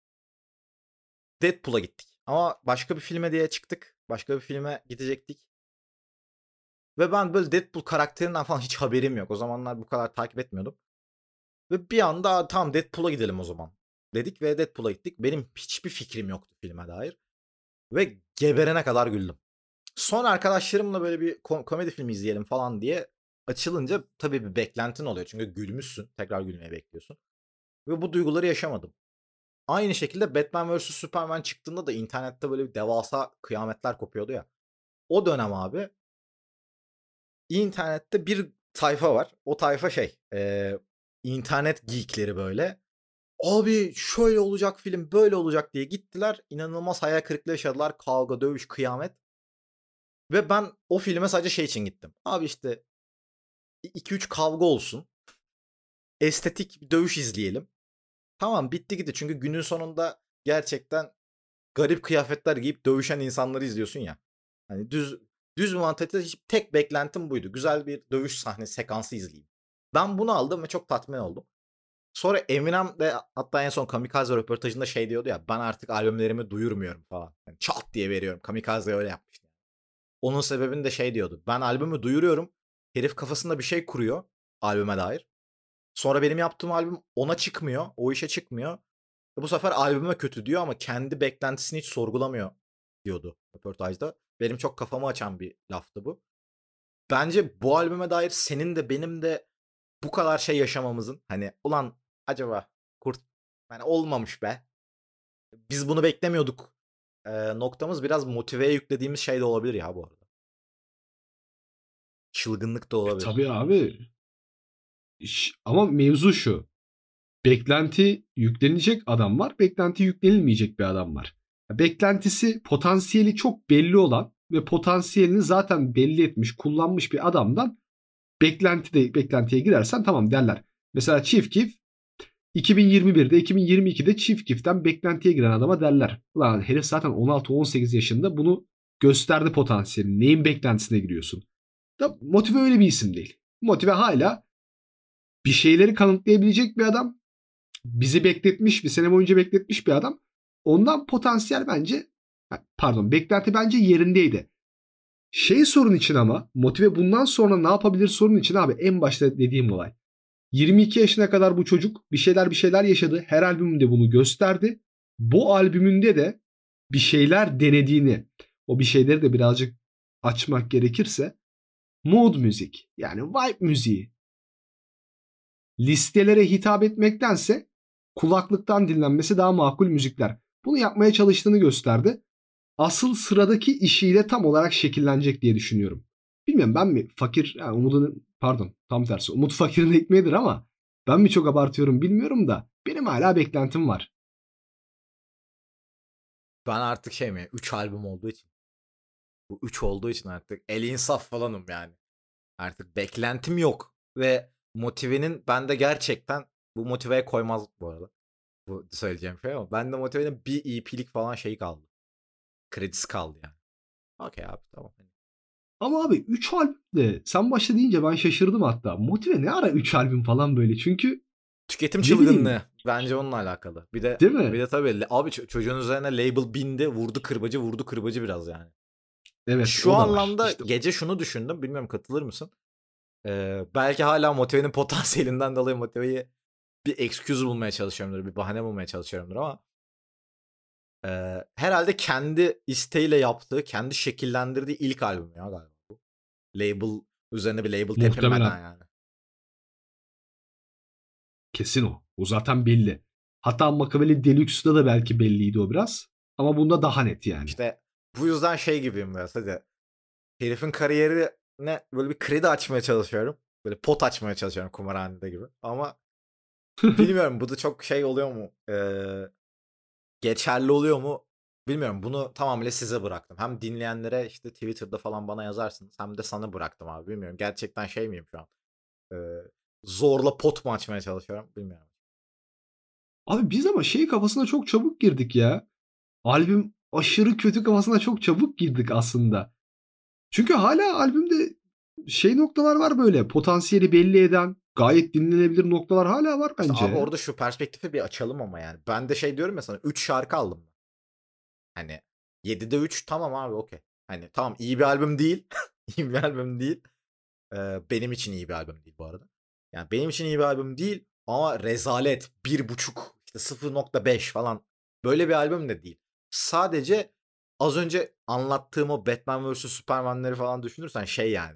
[SPEAKER 1] Deadpool'a gittik. Ama başka bir filme diye çıktık. Başka bir filme gidecektik. Ve ben böyle Deadpool karakterinden falan hiç haberim yok. O zamanlar bu kadar takip etmiyordum. Ve bir anda tamam Deadpool'a gidelim o zaman dedik ve Deadpool'a gittik. Benim hiçbir fikrim yoktu filme dair. Ve geberene kadar güldüm. Son arkadaşlarımla böyle bir komedi filmi izleyelim falan diye açılınca tabii bir beklentin oluyor. Çünkü gülmüşsün. Tekrar gülmeyi bekliyorsun. Ve bu duyguları yaşamadım. Aynı şekilde Batman vs. Superman çıktığında da internette böyle bir devasa kıyametler kopuyordu ya. O dönem abi internette bir tayfa var. O tayfa internet geekleri böyle. Abi şöyle olacak film, böyle olacak diye gittiler. İnanılmaz hayal kırıklığı yaşadılar. Kavga, dövüş, kıyamet. Ve ben o filme sadece şey için gittim. Abi işte 2-3 kavga olsun. Estetik bir dövüş izleyelim. Tamam bitti gitti. Çünkü günün sonunda gerçekten garip kıyafetler giyip dövüşen insanları izliyorsun ya. Hani düz mantalitede tek beklentim buydu. Güzel bir dövüş sahne sekansı izleyeyim. Ben bunu aldım ve çok tatmin oldum. Sonra Eminem de hatta en son Kamikaze röportajında şey diyordu ya, ben artık albümlerimi duyurmuyorum falan. Yani çat diye veriyorum. Kamikaze öyle yapmıştı. Onun sebebini de şey diyordu. Ben albümü duyuruyorum. Herif kafasında bir şey kuruyor albüme dair. Sonra benim yaptığım albüm ona çıkmıyor. O işe çıkmıyor. Bu sefer albüme kötü diyor ama kendi beklentisini hiç sorgulamıyor diyordu röportajda. Benim çok kafamı açan bir laftı bu. Bence bu albüme dair senin de benim de bu kadar şey yaşamamızın, hani ulan acaba kurt yani olmamış be. Biz bunu beklemiyorduk. Noktamız biraz motiveye yüklediğimiz şey de olabilir ya bu arada. Çılgınlık da olabilir.
[SPEAKER 2] Tabii abi. Ama mevzu şu. Beklenti yüklenecek adam var. Beklenti yüklenilmeyecek bir adam var. Beklentisi, potansiyeli çok belli olan ve potansiyelini zaten belli etmiş, kullanmış bir adamdan beklentiye girersen tamam derler. Mesela Chief Keef 2021'de 2022'de Chief Keef'ten beklentiye giren adama derler. Ulan herif zaten 16-18 yaşında bunu gösterdi potansiyelini. Neyin beklentisine giriyorsun? Da Motive öyle bir isim değil. Motive hala bir şeyleri kanıtlayabilecek bir adam. Bizi bekletmiş, bir sene boyunca bekletmiş bir adam. Ondan potansiyel bence, pardon, beklenti bence yerindeydi. Şey sorun için ama Motive bundan sonra ne yapabilir sorun için abi en başta dediğim olay. 22 yaşına kadar bu çocuk bir şeyler yaşadı. Her albümünde bunu gösterdi. Bu albümünde de bir şeyler denediğini, o bir şeyleri de birazcık açmak gerekirse mood müzik yani vibe müziği listelere hitap etmektense kulaklıktan dinlenmesi daha makul müzikler. Bunu yapmaya çalıştığını gösterdi. Asıl sıradaki işiyle tam olarak şekillenecek diye düşünüyorum. Bilmiyorum ben mi fakir, yani Umut'un pardon tam tersi Umut fakirin ekmeğidir ama ben mi çok abartıyorum bilmiyorum da benim hala beklentim var.
[SPEAKER 1] Ben artık 3 albüm olduğu için. Bu 3 olduğu için artık el insaf falanım yani. Artık beklentim yok. Ve motivenin bende gerçekten, bu motiveye koymaz bu arada. Bu söyleyeceğim şey ama bende motivenin bir EP'lik falan şeyi kaldı. Kredisi kaldı yani. Okey abi tamam.
[SPEAKER 2] Ama abi 3 albüm de sen başta deyince ben şaşırdım hatta. Motive ne ara 3 albüm falan böyle çünkü
[SPEAKER 1] Tüketim
[SPEAKER 2] Ne bileyim,
[SPEAKER 1] çılgınlığı bence onunla alakalı. Bir de
[SPEAKER 2] değil
[SPEAKER 1] bir
[SPEAKER 2] mi?
[SPEAKER 1] de tabii abi çocuğun üzerine label bindi, vurdu kırbacı biraz yani.
[SPEAKER 2] Evet,
[SPEAKER 1] Şu
[SPEAKER 2] o da var.
[SPEAKER 1] anlamda
[SPEAKER 2] İşte
[SPEAKER 1] gece şunu düşündüm. Bilmiyorum katılır mısın? Belki hala Motive'nin potansiyelinden dolayı Motive'yi bir excuse bulmaya çalışıyorumdur. Bir bahane bulmaya çalışıyorumdur ama herhalde kendi isteğiyle yaptığı, kendi şekillendirdiği ilk albüm ya galiba bu. Label üzerine bir label
[SPEAKER 2] muhtemelen
[SPEAKER 1] tepinmeden yani.
[SPEAKER 2] kesin o. O zaten belli. Hatta Machiavelli Deluxe'da da belki belliydi o biraz. Ama bunda daha net yani.
[SPEAKER 1] İşte bu yüzden şey gibiyim biraz hadi. Herifin kariyerine böyle bir kredi açmaya çalışıyorum. Böyle pot açmaya çalışıyorum kumarhanede gibi. Ama bilmiyorum bu da çok şey oluyor mu? Geçerli oluyor mu? Bilmiyorum. Bunu tamamıyla size bıraktım. Hem dinleyenlere işte Twitter'da falan bana yazarsınız. Hem de sana bıraktım abi. Bilmiyorum. Gerçekten şey miyim şu an? Zorla pot mu açmaya çalışıyorum? Bilmiyorum.
[SPEAKER 2] Abi biz ama şey kafasına çok çabuk girdik ya. Albüm aşırı kötü kafasına çok çabuk girdik aslında. Çünkü hala albümde şey noktalar var böyle. Potansiyeli belli eden, gayet dinlenebilir noktalar hala var
[SPEAKER 1] İşte
[SPEAKER 2] bence
[SPEAKER 1] abi
[SPEAKER 2] ya.
[SPEAKER 1] orada şu perspektifi bir açalım ama yani. Ben de şey diyorum ya sana 3 şarkı aldım. Hani 7'de 3 tamam abi okey. Hani tamam iyi bir albüm değil. İyi bir albüm değil. Benim için iyi bir albüm değil bu arada. Yani benim için iyi bir albüm değil ama rezalet 1,5 işte 0,5 falan böyle bir albüm de değil. Sadece az önce anlattığım o Batman vs Superman'leri falan düşünürsen şey yani.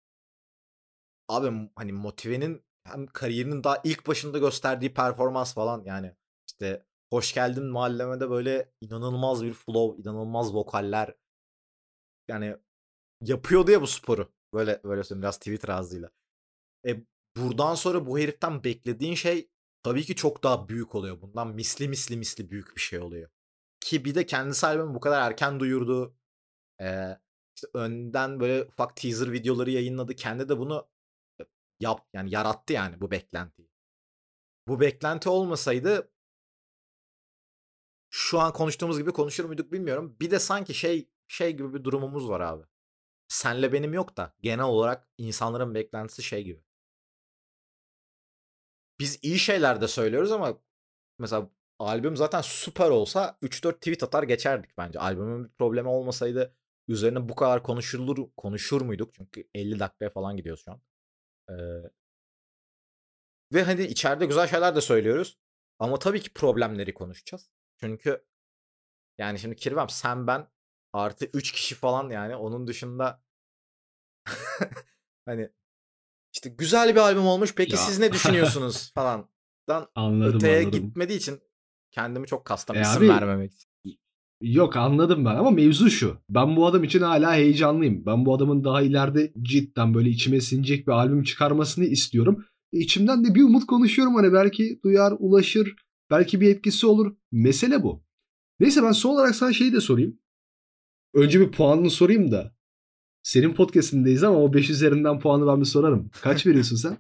[SPEAKER 1] Abi hani Motive'nin hem kariyerinin daha ilk başında gösterdiği performans falan yani işte Hoş Geldin Mahalleme'de böyle inanılmaz bir flow, inanılmaz vokaller yani yapıyordu ya bu sporu. Böyle söyleyeyim biraz Twitter ağzıyla. E, buradan sonra bu heriften beklediğin şey tabii ki çok daha büyük oluyor. Bundan misli büyük bir şey oluyor. Ki bir de kendisi albümü bu kadar erken duyurdu. İşte önden böyle ufak teaser videoları yayınladı. Kendi de bunu yani yarattı yani bu beklentiyi. Bu beklenti olmasaydı şu an konuştuğumuz gibi konuşur muyduk bilmiyorum. Bir de sanki şey gibi bir durumumuz var abi. Senle benim yok da genel olarak insanların beklentisi şey gibi. Biz iyi şeyler de söylüyoruz ama mesela albüm zaten süper olsa 3-4 tweet atar geçerdik bence. Albümün bir problemi olmasaydı üzerine bu kadar konuşur muyduk? Çünkü 50 dakikaya falan gidiyoruz şu an. Ee, ve hani içeride güzel şeyler de söylüyoruz. Ama tabii ki problemleri konuşacağız. Çünkü yani şimdi Kirvem sen ben artı 3 kişi falan yani onun dışında hani işte güzel bir albüm olmuş peki
[SPEAKER 2] Ya
[SPEAKER 1] siz ne düşünüyorsunuz falandan
[SPEAKER 2] anladım
[SPEAKER 1] öteye
[SPEAKER 2] anladım.
[SPEAKER 1] gitmediği için kendimi çok kastım isim
[SPEAKER 2] Abi
[SPEAKER 1] vermemek için.
[SPEAKER 2] yok anladım ben ama mevzu şu. Ben bu adam için hala heyecanlıyım. Ben bu adamın daha ileride cidden böyle içime sinecek bir albüm çıkarmasını istiyorum. İçimden de bir umut konuşuyorum hani belki duyar, ulaşır, belki bir etkisi olur. Mesele bu. Neyse ben son olarak sana şeyi de sorayım. Önce bir puanını sorayım da. Senin podcast'indeyiz ama o 5 üzerinden puanı ben bir sorarım. Kaç veriyorsun sen?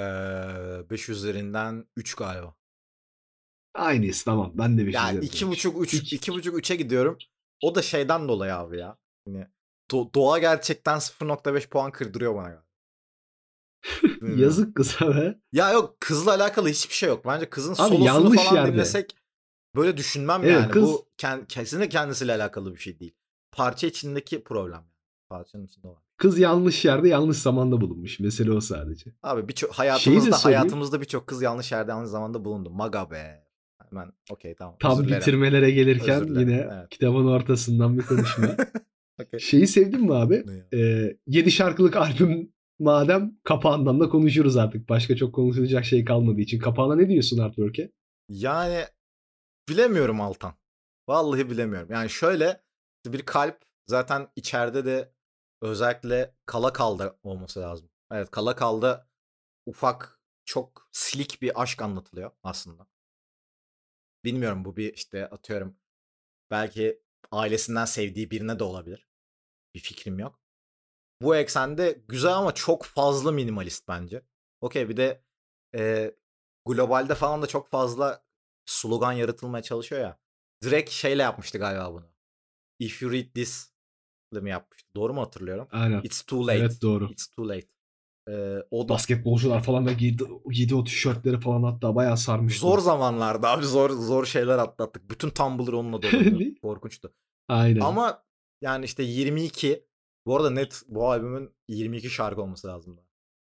[SPEAKER 1] 5 üzerinden 3 galiba.
[SPEAKER 2] Aynıyız tamam. Ben de 5
[SPEAKER 1] Ya
[SPEAKER 2] üzerinden 3.
[SPEAKER 1] 2,5
[SPEAKER 2] İki.
[SPEAKER 1] 2,5 3'e gidiyorum. O da şeyden dolayı abi ya. Hani doğa gerçekten 0,5 puan kırdırıyor bana galiba. Bilmiyorum.
[SPEAKER 2] Yazık kıza be.
[SPEAKER 1] Ya yok kızla alakalı hiçbir şey yok. Bence kızın
[SPEAKER 2] Abi
[SPEAKER 1] solosunu
[SPEAKER 2] yanlış
[SPEAKER 1] falan
[SPEAKER 2] yerde.
[SPEAKER 1] dinlesek böyle düşünmem
[SPEAKER 2] Evet
[SPEAKER 1] yani.
[SPEAKER 2] kız
[SPEAKER 1] Bu kesinlikle kendisiyle alakalı bir şey değil. Parça içindeki problem. Parçanın içinde olan.
[SPEAKER 2] kız yanlış yerde yanlış zamanda bulunmuş. Mesele o sadece.
[SPEAKER 1] Abi birçok
[SPEAKER 2] Şeyi de sorayım.
[SPEAKER 1] hayatımızda birçok kız yanlış yerde yanlış zamanda bulundu. Maga be. Hemen okey tamam özür
[SPEAKER 2] Tam
[SPEAKER 1] dilerim.
[SPEAKER 2] bitirmelere gelirken
[SPEAKER 1] Özür dilerim.
[SPEAKER 2] yine
[SPEAKER 1] Evet.
[SPEAKER 2] kitabın ortasından bir konuşma.
[SPEAKER 1] Okey.
[SPEAKER 2] Şeyi sevdin mi abi?
[SPEAKER 1] Ne ya?
[SPEAKER 2] 7 şarkılık albüm madem kapağından da konuşuruz artık. Başka çok konuşulacak şey kalmadığı için. Kapağına ne diyorsun artwork'e?
[SPEAKER 1] Yani bilemiyorum Altan. Vallahi bilemiyorum. Yani şöyle bir kalp zaten içeride de özellikle Kala Kal'da olması lazım. Evet Kala Kal'da ufak çok silik bir aşk anlatılıyor aslında. Bilmiyorum bu bir işte atıyorum belki ailesinden sevdiği birine de olabilir. Bir fikrim yok. Bu eksende güzel ama çok fazla minimalist bence. Okey bir de e, globalde falan da çok fazla slogan yaratılmaya çalışıyor ya. Direkt şeyle yapmıştı galiba bunu. If you read this ile mi yapmıştı? Doğru mu hatırlıyorum?
[SPEAKER 2] Aynen.
[SPEAKER 1] It's too late.
[SPEAKER 2] Evet doğru.
[SPEAKER 1] It's too late. O da
[SPEAKER 2] Basketbolcular falan da giydi o tişörtleri falan, hatta bayağı sarmıştı.
[SPEAKER 1] zor zamanlarda abi, zor şeyler atlattık. Bütün Tumblr onunla doluydu. Korkunçtu.
[SPEAKER 2] Aynen.
[SPEAKER 1] Ama yani işte 22. Bu arada net bu albümün 22 şarkı olması lazım.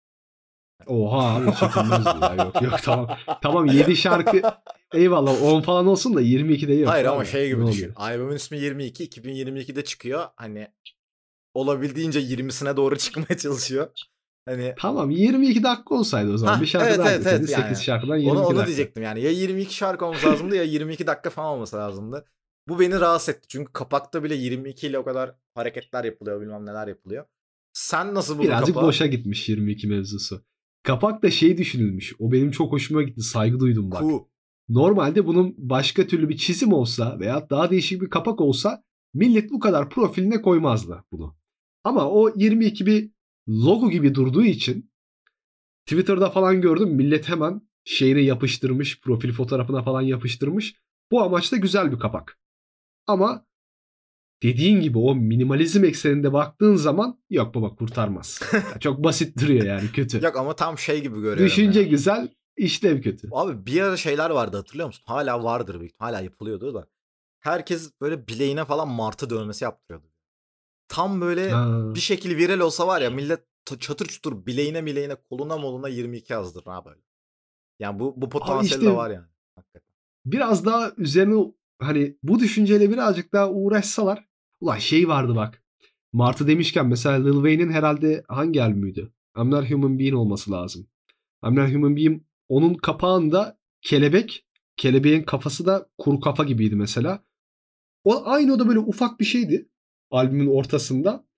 [SPEAKER 2] Oha abi, çekilmez bu ya. Yok tamam. Tamam 7 şarkı eyvallah, 10 falan olsun da 22 de yok.
[SPEAKER 1] Hayır
[SPEAKER 2] abi.
[SPEAKER 1] ama şey gibi
[SPEAKER 2] Ne
[SPEAKER 1] düşün.
[SPEAKER 2] oluyor?
[SPEAKER 1] Albümün ismi 22. 2022'de çıkıyor. Hani olabildiğince 20'sine doğru çıkmaya çalışıyor. Hani
[SPEAKER 2] Tamam 22 dakika olsaydı o zaman. Bir şarkı
[SPEAKER 1] evet
[SPEAKER 2] daha
[SPEAKER 1] evet
[SPEAKER 2] ekleseydin.
[SPEAKER 1] evet
[SPEAKER 2] 8
[SPEAKER 1] yani.
[SPEAKER 2] şarkıdan 22
[SPEAKER 1] Onu
[SPEAKER 2] dakika.
[SPEAKER 1] diyecektim yani. Ya 22 şarkı olması lazımdı ya 22 dakika falan olması lazımdı. Bu beni rahatsız etti. Çünkü kapakta bile 22 ile o kadar hareketler yapılıyor, bilmem neler yapılıyor. Sen nasıl buldun
[SPEAKER 2] Birazcık
[SPEAKER 1] kapağı?
[SPEAKER 2] boşa gitmiş 22 mevzusu. Kapakta şey düşünülmüş. O benim çok hoşuma gitti. Saygı duydum bak.
[SPEAKER 1] Cool.
[SPEAKER 2] Normalde bunun başka türlü bir çizim olsa veya daha değişik bir kapak olsa millet bu kadar profiline koymazdı bunu. Ama o 22 bir logo gibi durduğu için Twitter'da falan gördüm, millet hemen şeyine yapıştırmış, profil fotoğrafına falan yapıştırmış. Bu amaçla güzel bir kapak. Ama dediğin gibi o minimalizm ekseninde baktığın zaman yok baba, kurtarmaz. Çok basit duruyor yani, kötü.
[SPEAKER 1] Yok ama tam şey gibi görüyorum
[SPEAKER 2] Düşünce
[SPEAKER 1] ya.
[SPEAKER 2] güzel, işlev kötü.
[SPEAKER 1] Abi bir ara şeyler vardı, hatırlıyor musun? Hala vardır büyük. Hala yapılıyordu da. Herkes böyle bileğine falan martı dövmesi yaptırıyordu. Tam böyle
[SPEAKER 2] Ha.
[SPEAKER 1] bir şekil viral olsa var ya, millet çatır çutur bileğine koluna moluna 22 yazdırır ha böyle. Yani bu
[SPEAKER 2] Abi
[SPEAKER 1] potansiyel de
[SPEAKER 2] işte
[SPEAKER 1] var yani. Hakikaten.
[SPEAKER 2] biraz daha üzerine, hani bu düşünceyle birazcık daha uğraşsalar. Ulan şey vardı bak. Martı demişken mesela Lil Wayne'in herhalde hangi albümüydü? I'm Not Human Being olması lazım. I'm Not Human Being, onun kapağında kelebek. Kelebeğin kafası da kuru kafa gibiydi mesela. Aynı o da böyle ufak bir şeydi. Albümün ortasında.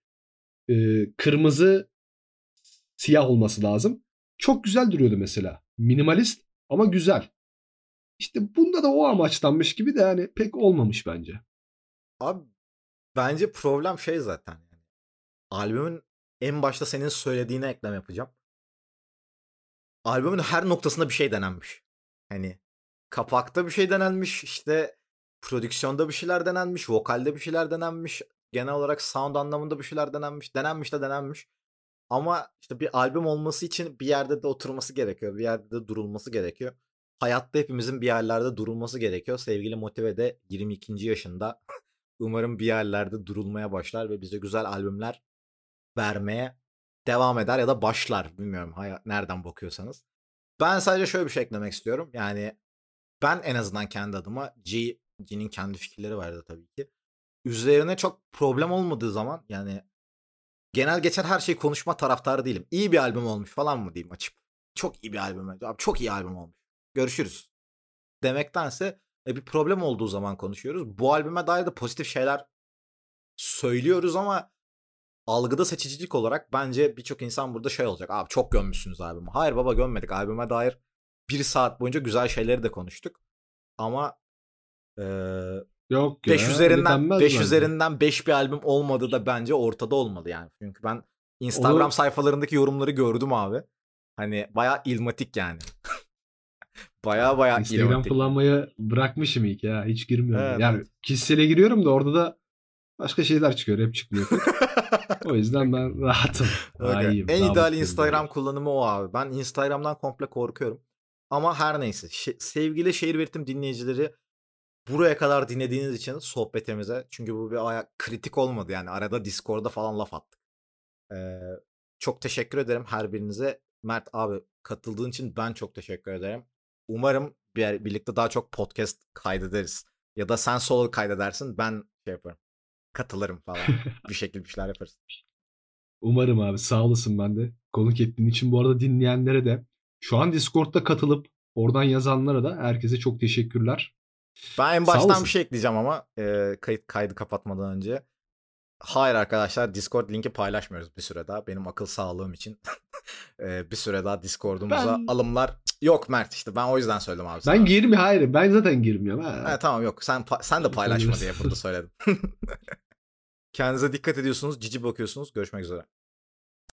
[SPEAKER 2] Kırmızı siyah olması lazım. Çok güzel duruyordu mesela. Minimalist ama güzel. İşte bunda da o amaçlanmış gibi de yani pek olmamış bence.
[SPEAKER 1] Abi bence problem şey zaten. Yani. Albümün en başta senin söylediğine eklem yapacağım. Albümün her noktasında bir şey denenmiş. Hani kapakta bir şey denenmiş, işte prodüksiyonda bir şeyler denenmiş, vokalde bir şeyler denenmiş, genel olarak sound anlamında bir şeyler denenmiş, denenmiş. Ama işte bir albüm olması için bir yerde de oturması gerekiyor, bir yerde de durulması gerekiyor. Hayatta hepimizin bir yerlerde durulması gerekiyor. Sevgili Motive de 22. yaşında. Umarım bir yerlerde durulmaya başlar ve bize güzel albümler vermeye devam eder ya da başlar. Bilmiyorum nereden bakıyorsanız. Ben sadece şöyle bir şey eklemek istiyorum. Yani ben en azından kendi adıma G'nin kendi fikirleri vardı tabii ki. Üzerine çok problem olmadığı zaman, yani genel geçer her şeyi konuşma taraftarı değilim. İyi bir albüm olmuş falan mı diyeyim açıp. Çok iyi bir albüm. Abi çok iyi albüm olmuş. Görüşürüz. Demektense bir problem olduğu zaman konuşuyoruz. Bu albüme dair de pozitif şeyler söylüyoruz ama algıda seçicilik olarak bence birçok insan burada şey olacak. Abi çok gömmüşsünüz albümü. Hayır baba, gömmedik. Albüme dair 1 saat boyunca güzel şeyleri de konuştuk. Ama
[SPEAKER 2] Yok
[SPEAKER 1] 5
[SPEAKER 2] ya, öyle
[SPEAKER 1] üzerinden
[SPEAKER 2] denmez
[SPEAKER 1] 5
[SPEAKER 2] bence.
[SPEAKER 1] üzerinden 5 bir albüm olmadı da bence ortada olmalı yani. Çünkü ben Instagram
[SPEAKER 2] Onu
[SPEAKER 1] sayfalarındaki yorumları gördüm abi. Hani bayağı ilmatik yani. Bayağı
[SPEAKER 2] Instagram
[SPEAKER 1] ilmatik.
[SPEAKER 2] kullanmayı bırakmışım ilk ya. Hiç girmiyorum.
[SPEAKER 1] Evet,
[SPEAKER 2] Yani
[SPEAKER 1] evet.
[SPEAKER 2] kişisele giriyorum da orada da başka şeyler çıkıyor. Hep çıkmıyor pek. O yüzden ben rahatım. Daha
[SPEAKER 1] Okay.
[SPEAKER 2] iyiyim.
[SPEAKER 1] En
[SPEAKER 2] Daha
[SPEAKER 1] ideal
[SPEAKER 2] mutluyum böyle.
[SPEAKER 1] Instagram kullanımı o abi. Ben Instagram'dan komple korkuyorum. Ama her neyse. Sevgili Şehir ve Ritim dinleyicileri, buraya kadar dinlediğiniz için sohbetimize. Çünkü bu bir kritik olmadı yani. Arada Discord'da falan laf attık. Ee, Çok teşekkür ederim her birinize. Mert abi, katıldığın için ben çok teşekkür ederim. Umarım birlikte daha çok podcast kaydederiz. Ya da sen solo kaydedersin, ben şey yaparım. Katılırım falan. Bir şekilde bir şeyler yaparız.
[SPEAKER 2] Umarım abi, sağ olasın ben de. Konuk ettiğin için bu arada dinleyenlere de, şu an Discord'da katılıp oradan yazanlara da herkese çok teşekkürler.
[SPEAKER 1] Ben en
[SPEAKER 2] Sağ
[SPEAKER 1] baştan bir
[SPEAKER 2] olasın.
[SPEAKER 1] şey ekleyeceğim ama kaydı kapatmadan önce. Hayır arkadaşlar, Discord linki paylaşmıyoruz bir süre daha. Benim akıl sağlığım için bir süre daha Discord'umuza
[SPEAKER 2] Ben
[SPEAKER 1] alımlar yok Mert, işte ben o yüzden söyledim abi
[SPEAKER 2] ben
[SPEAKER 1] sana.
[SPEAKER 2] girmiyorum. Hayır, ben zaten girmiyorum. Ha.
[SPEAKER 1] Tamam, yok sen de paylaşma diye
[SPEAKER 2] Tanıyorsun.
[SPEAKER 1] burada söyledim. Kendinize dikkat ediyorsunuz, cici bakıyorsunuz. Görüşmek üzere.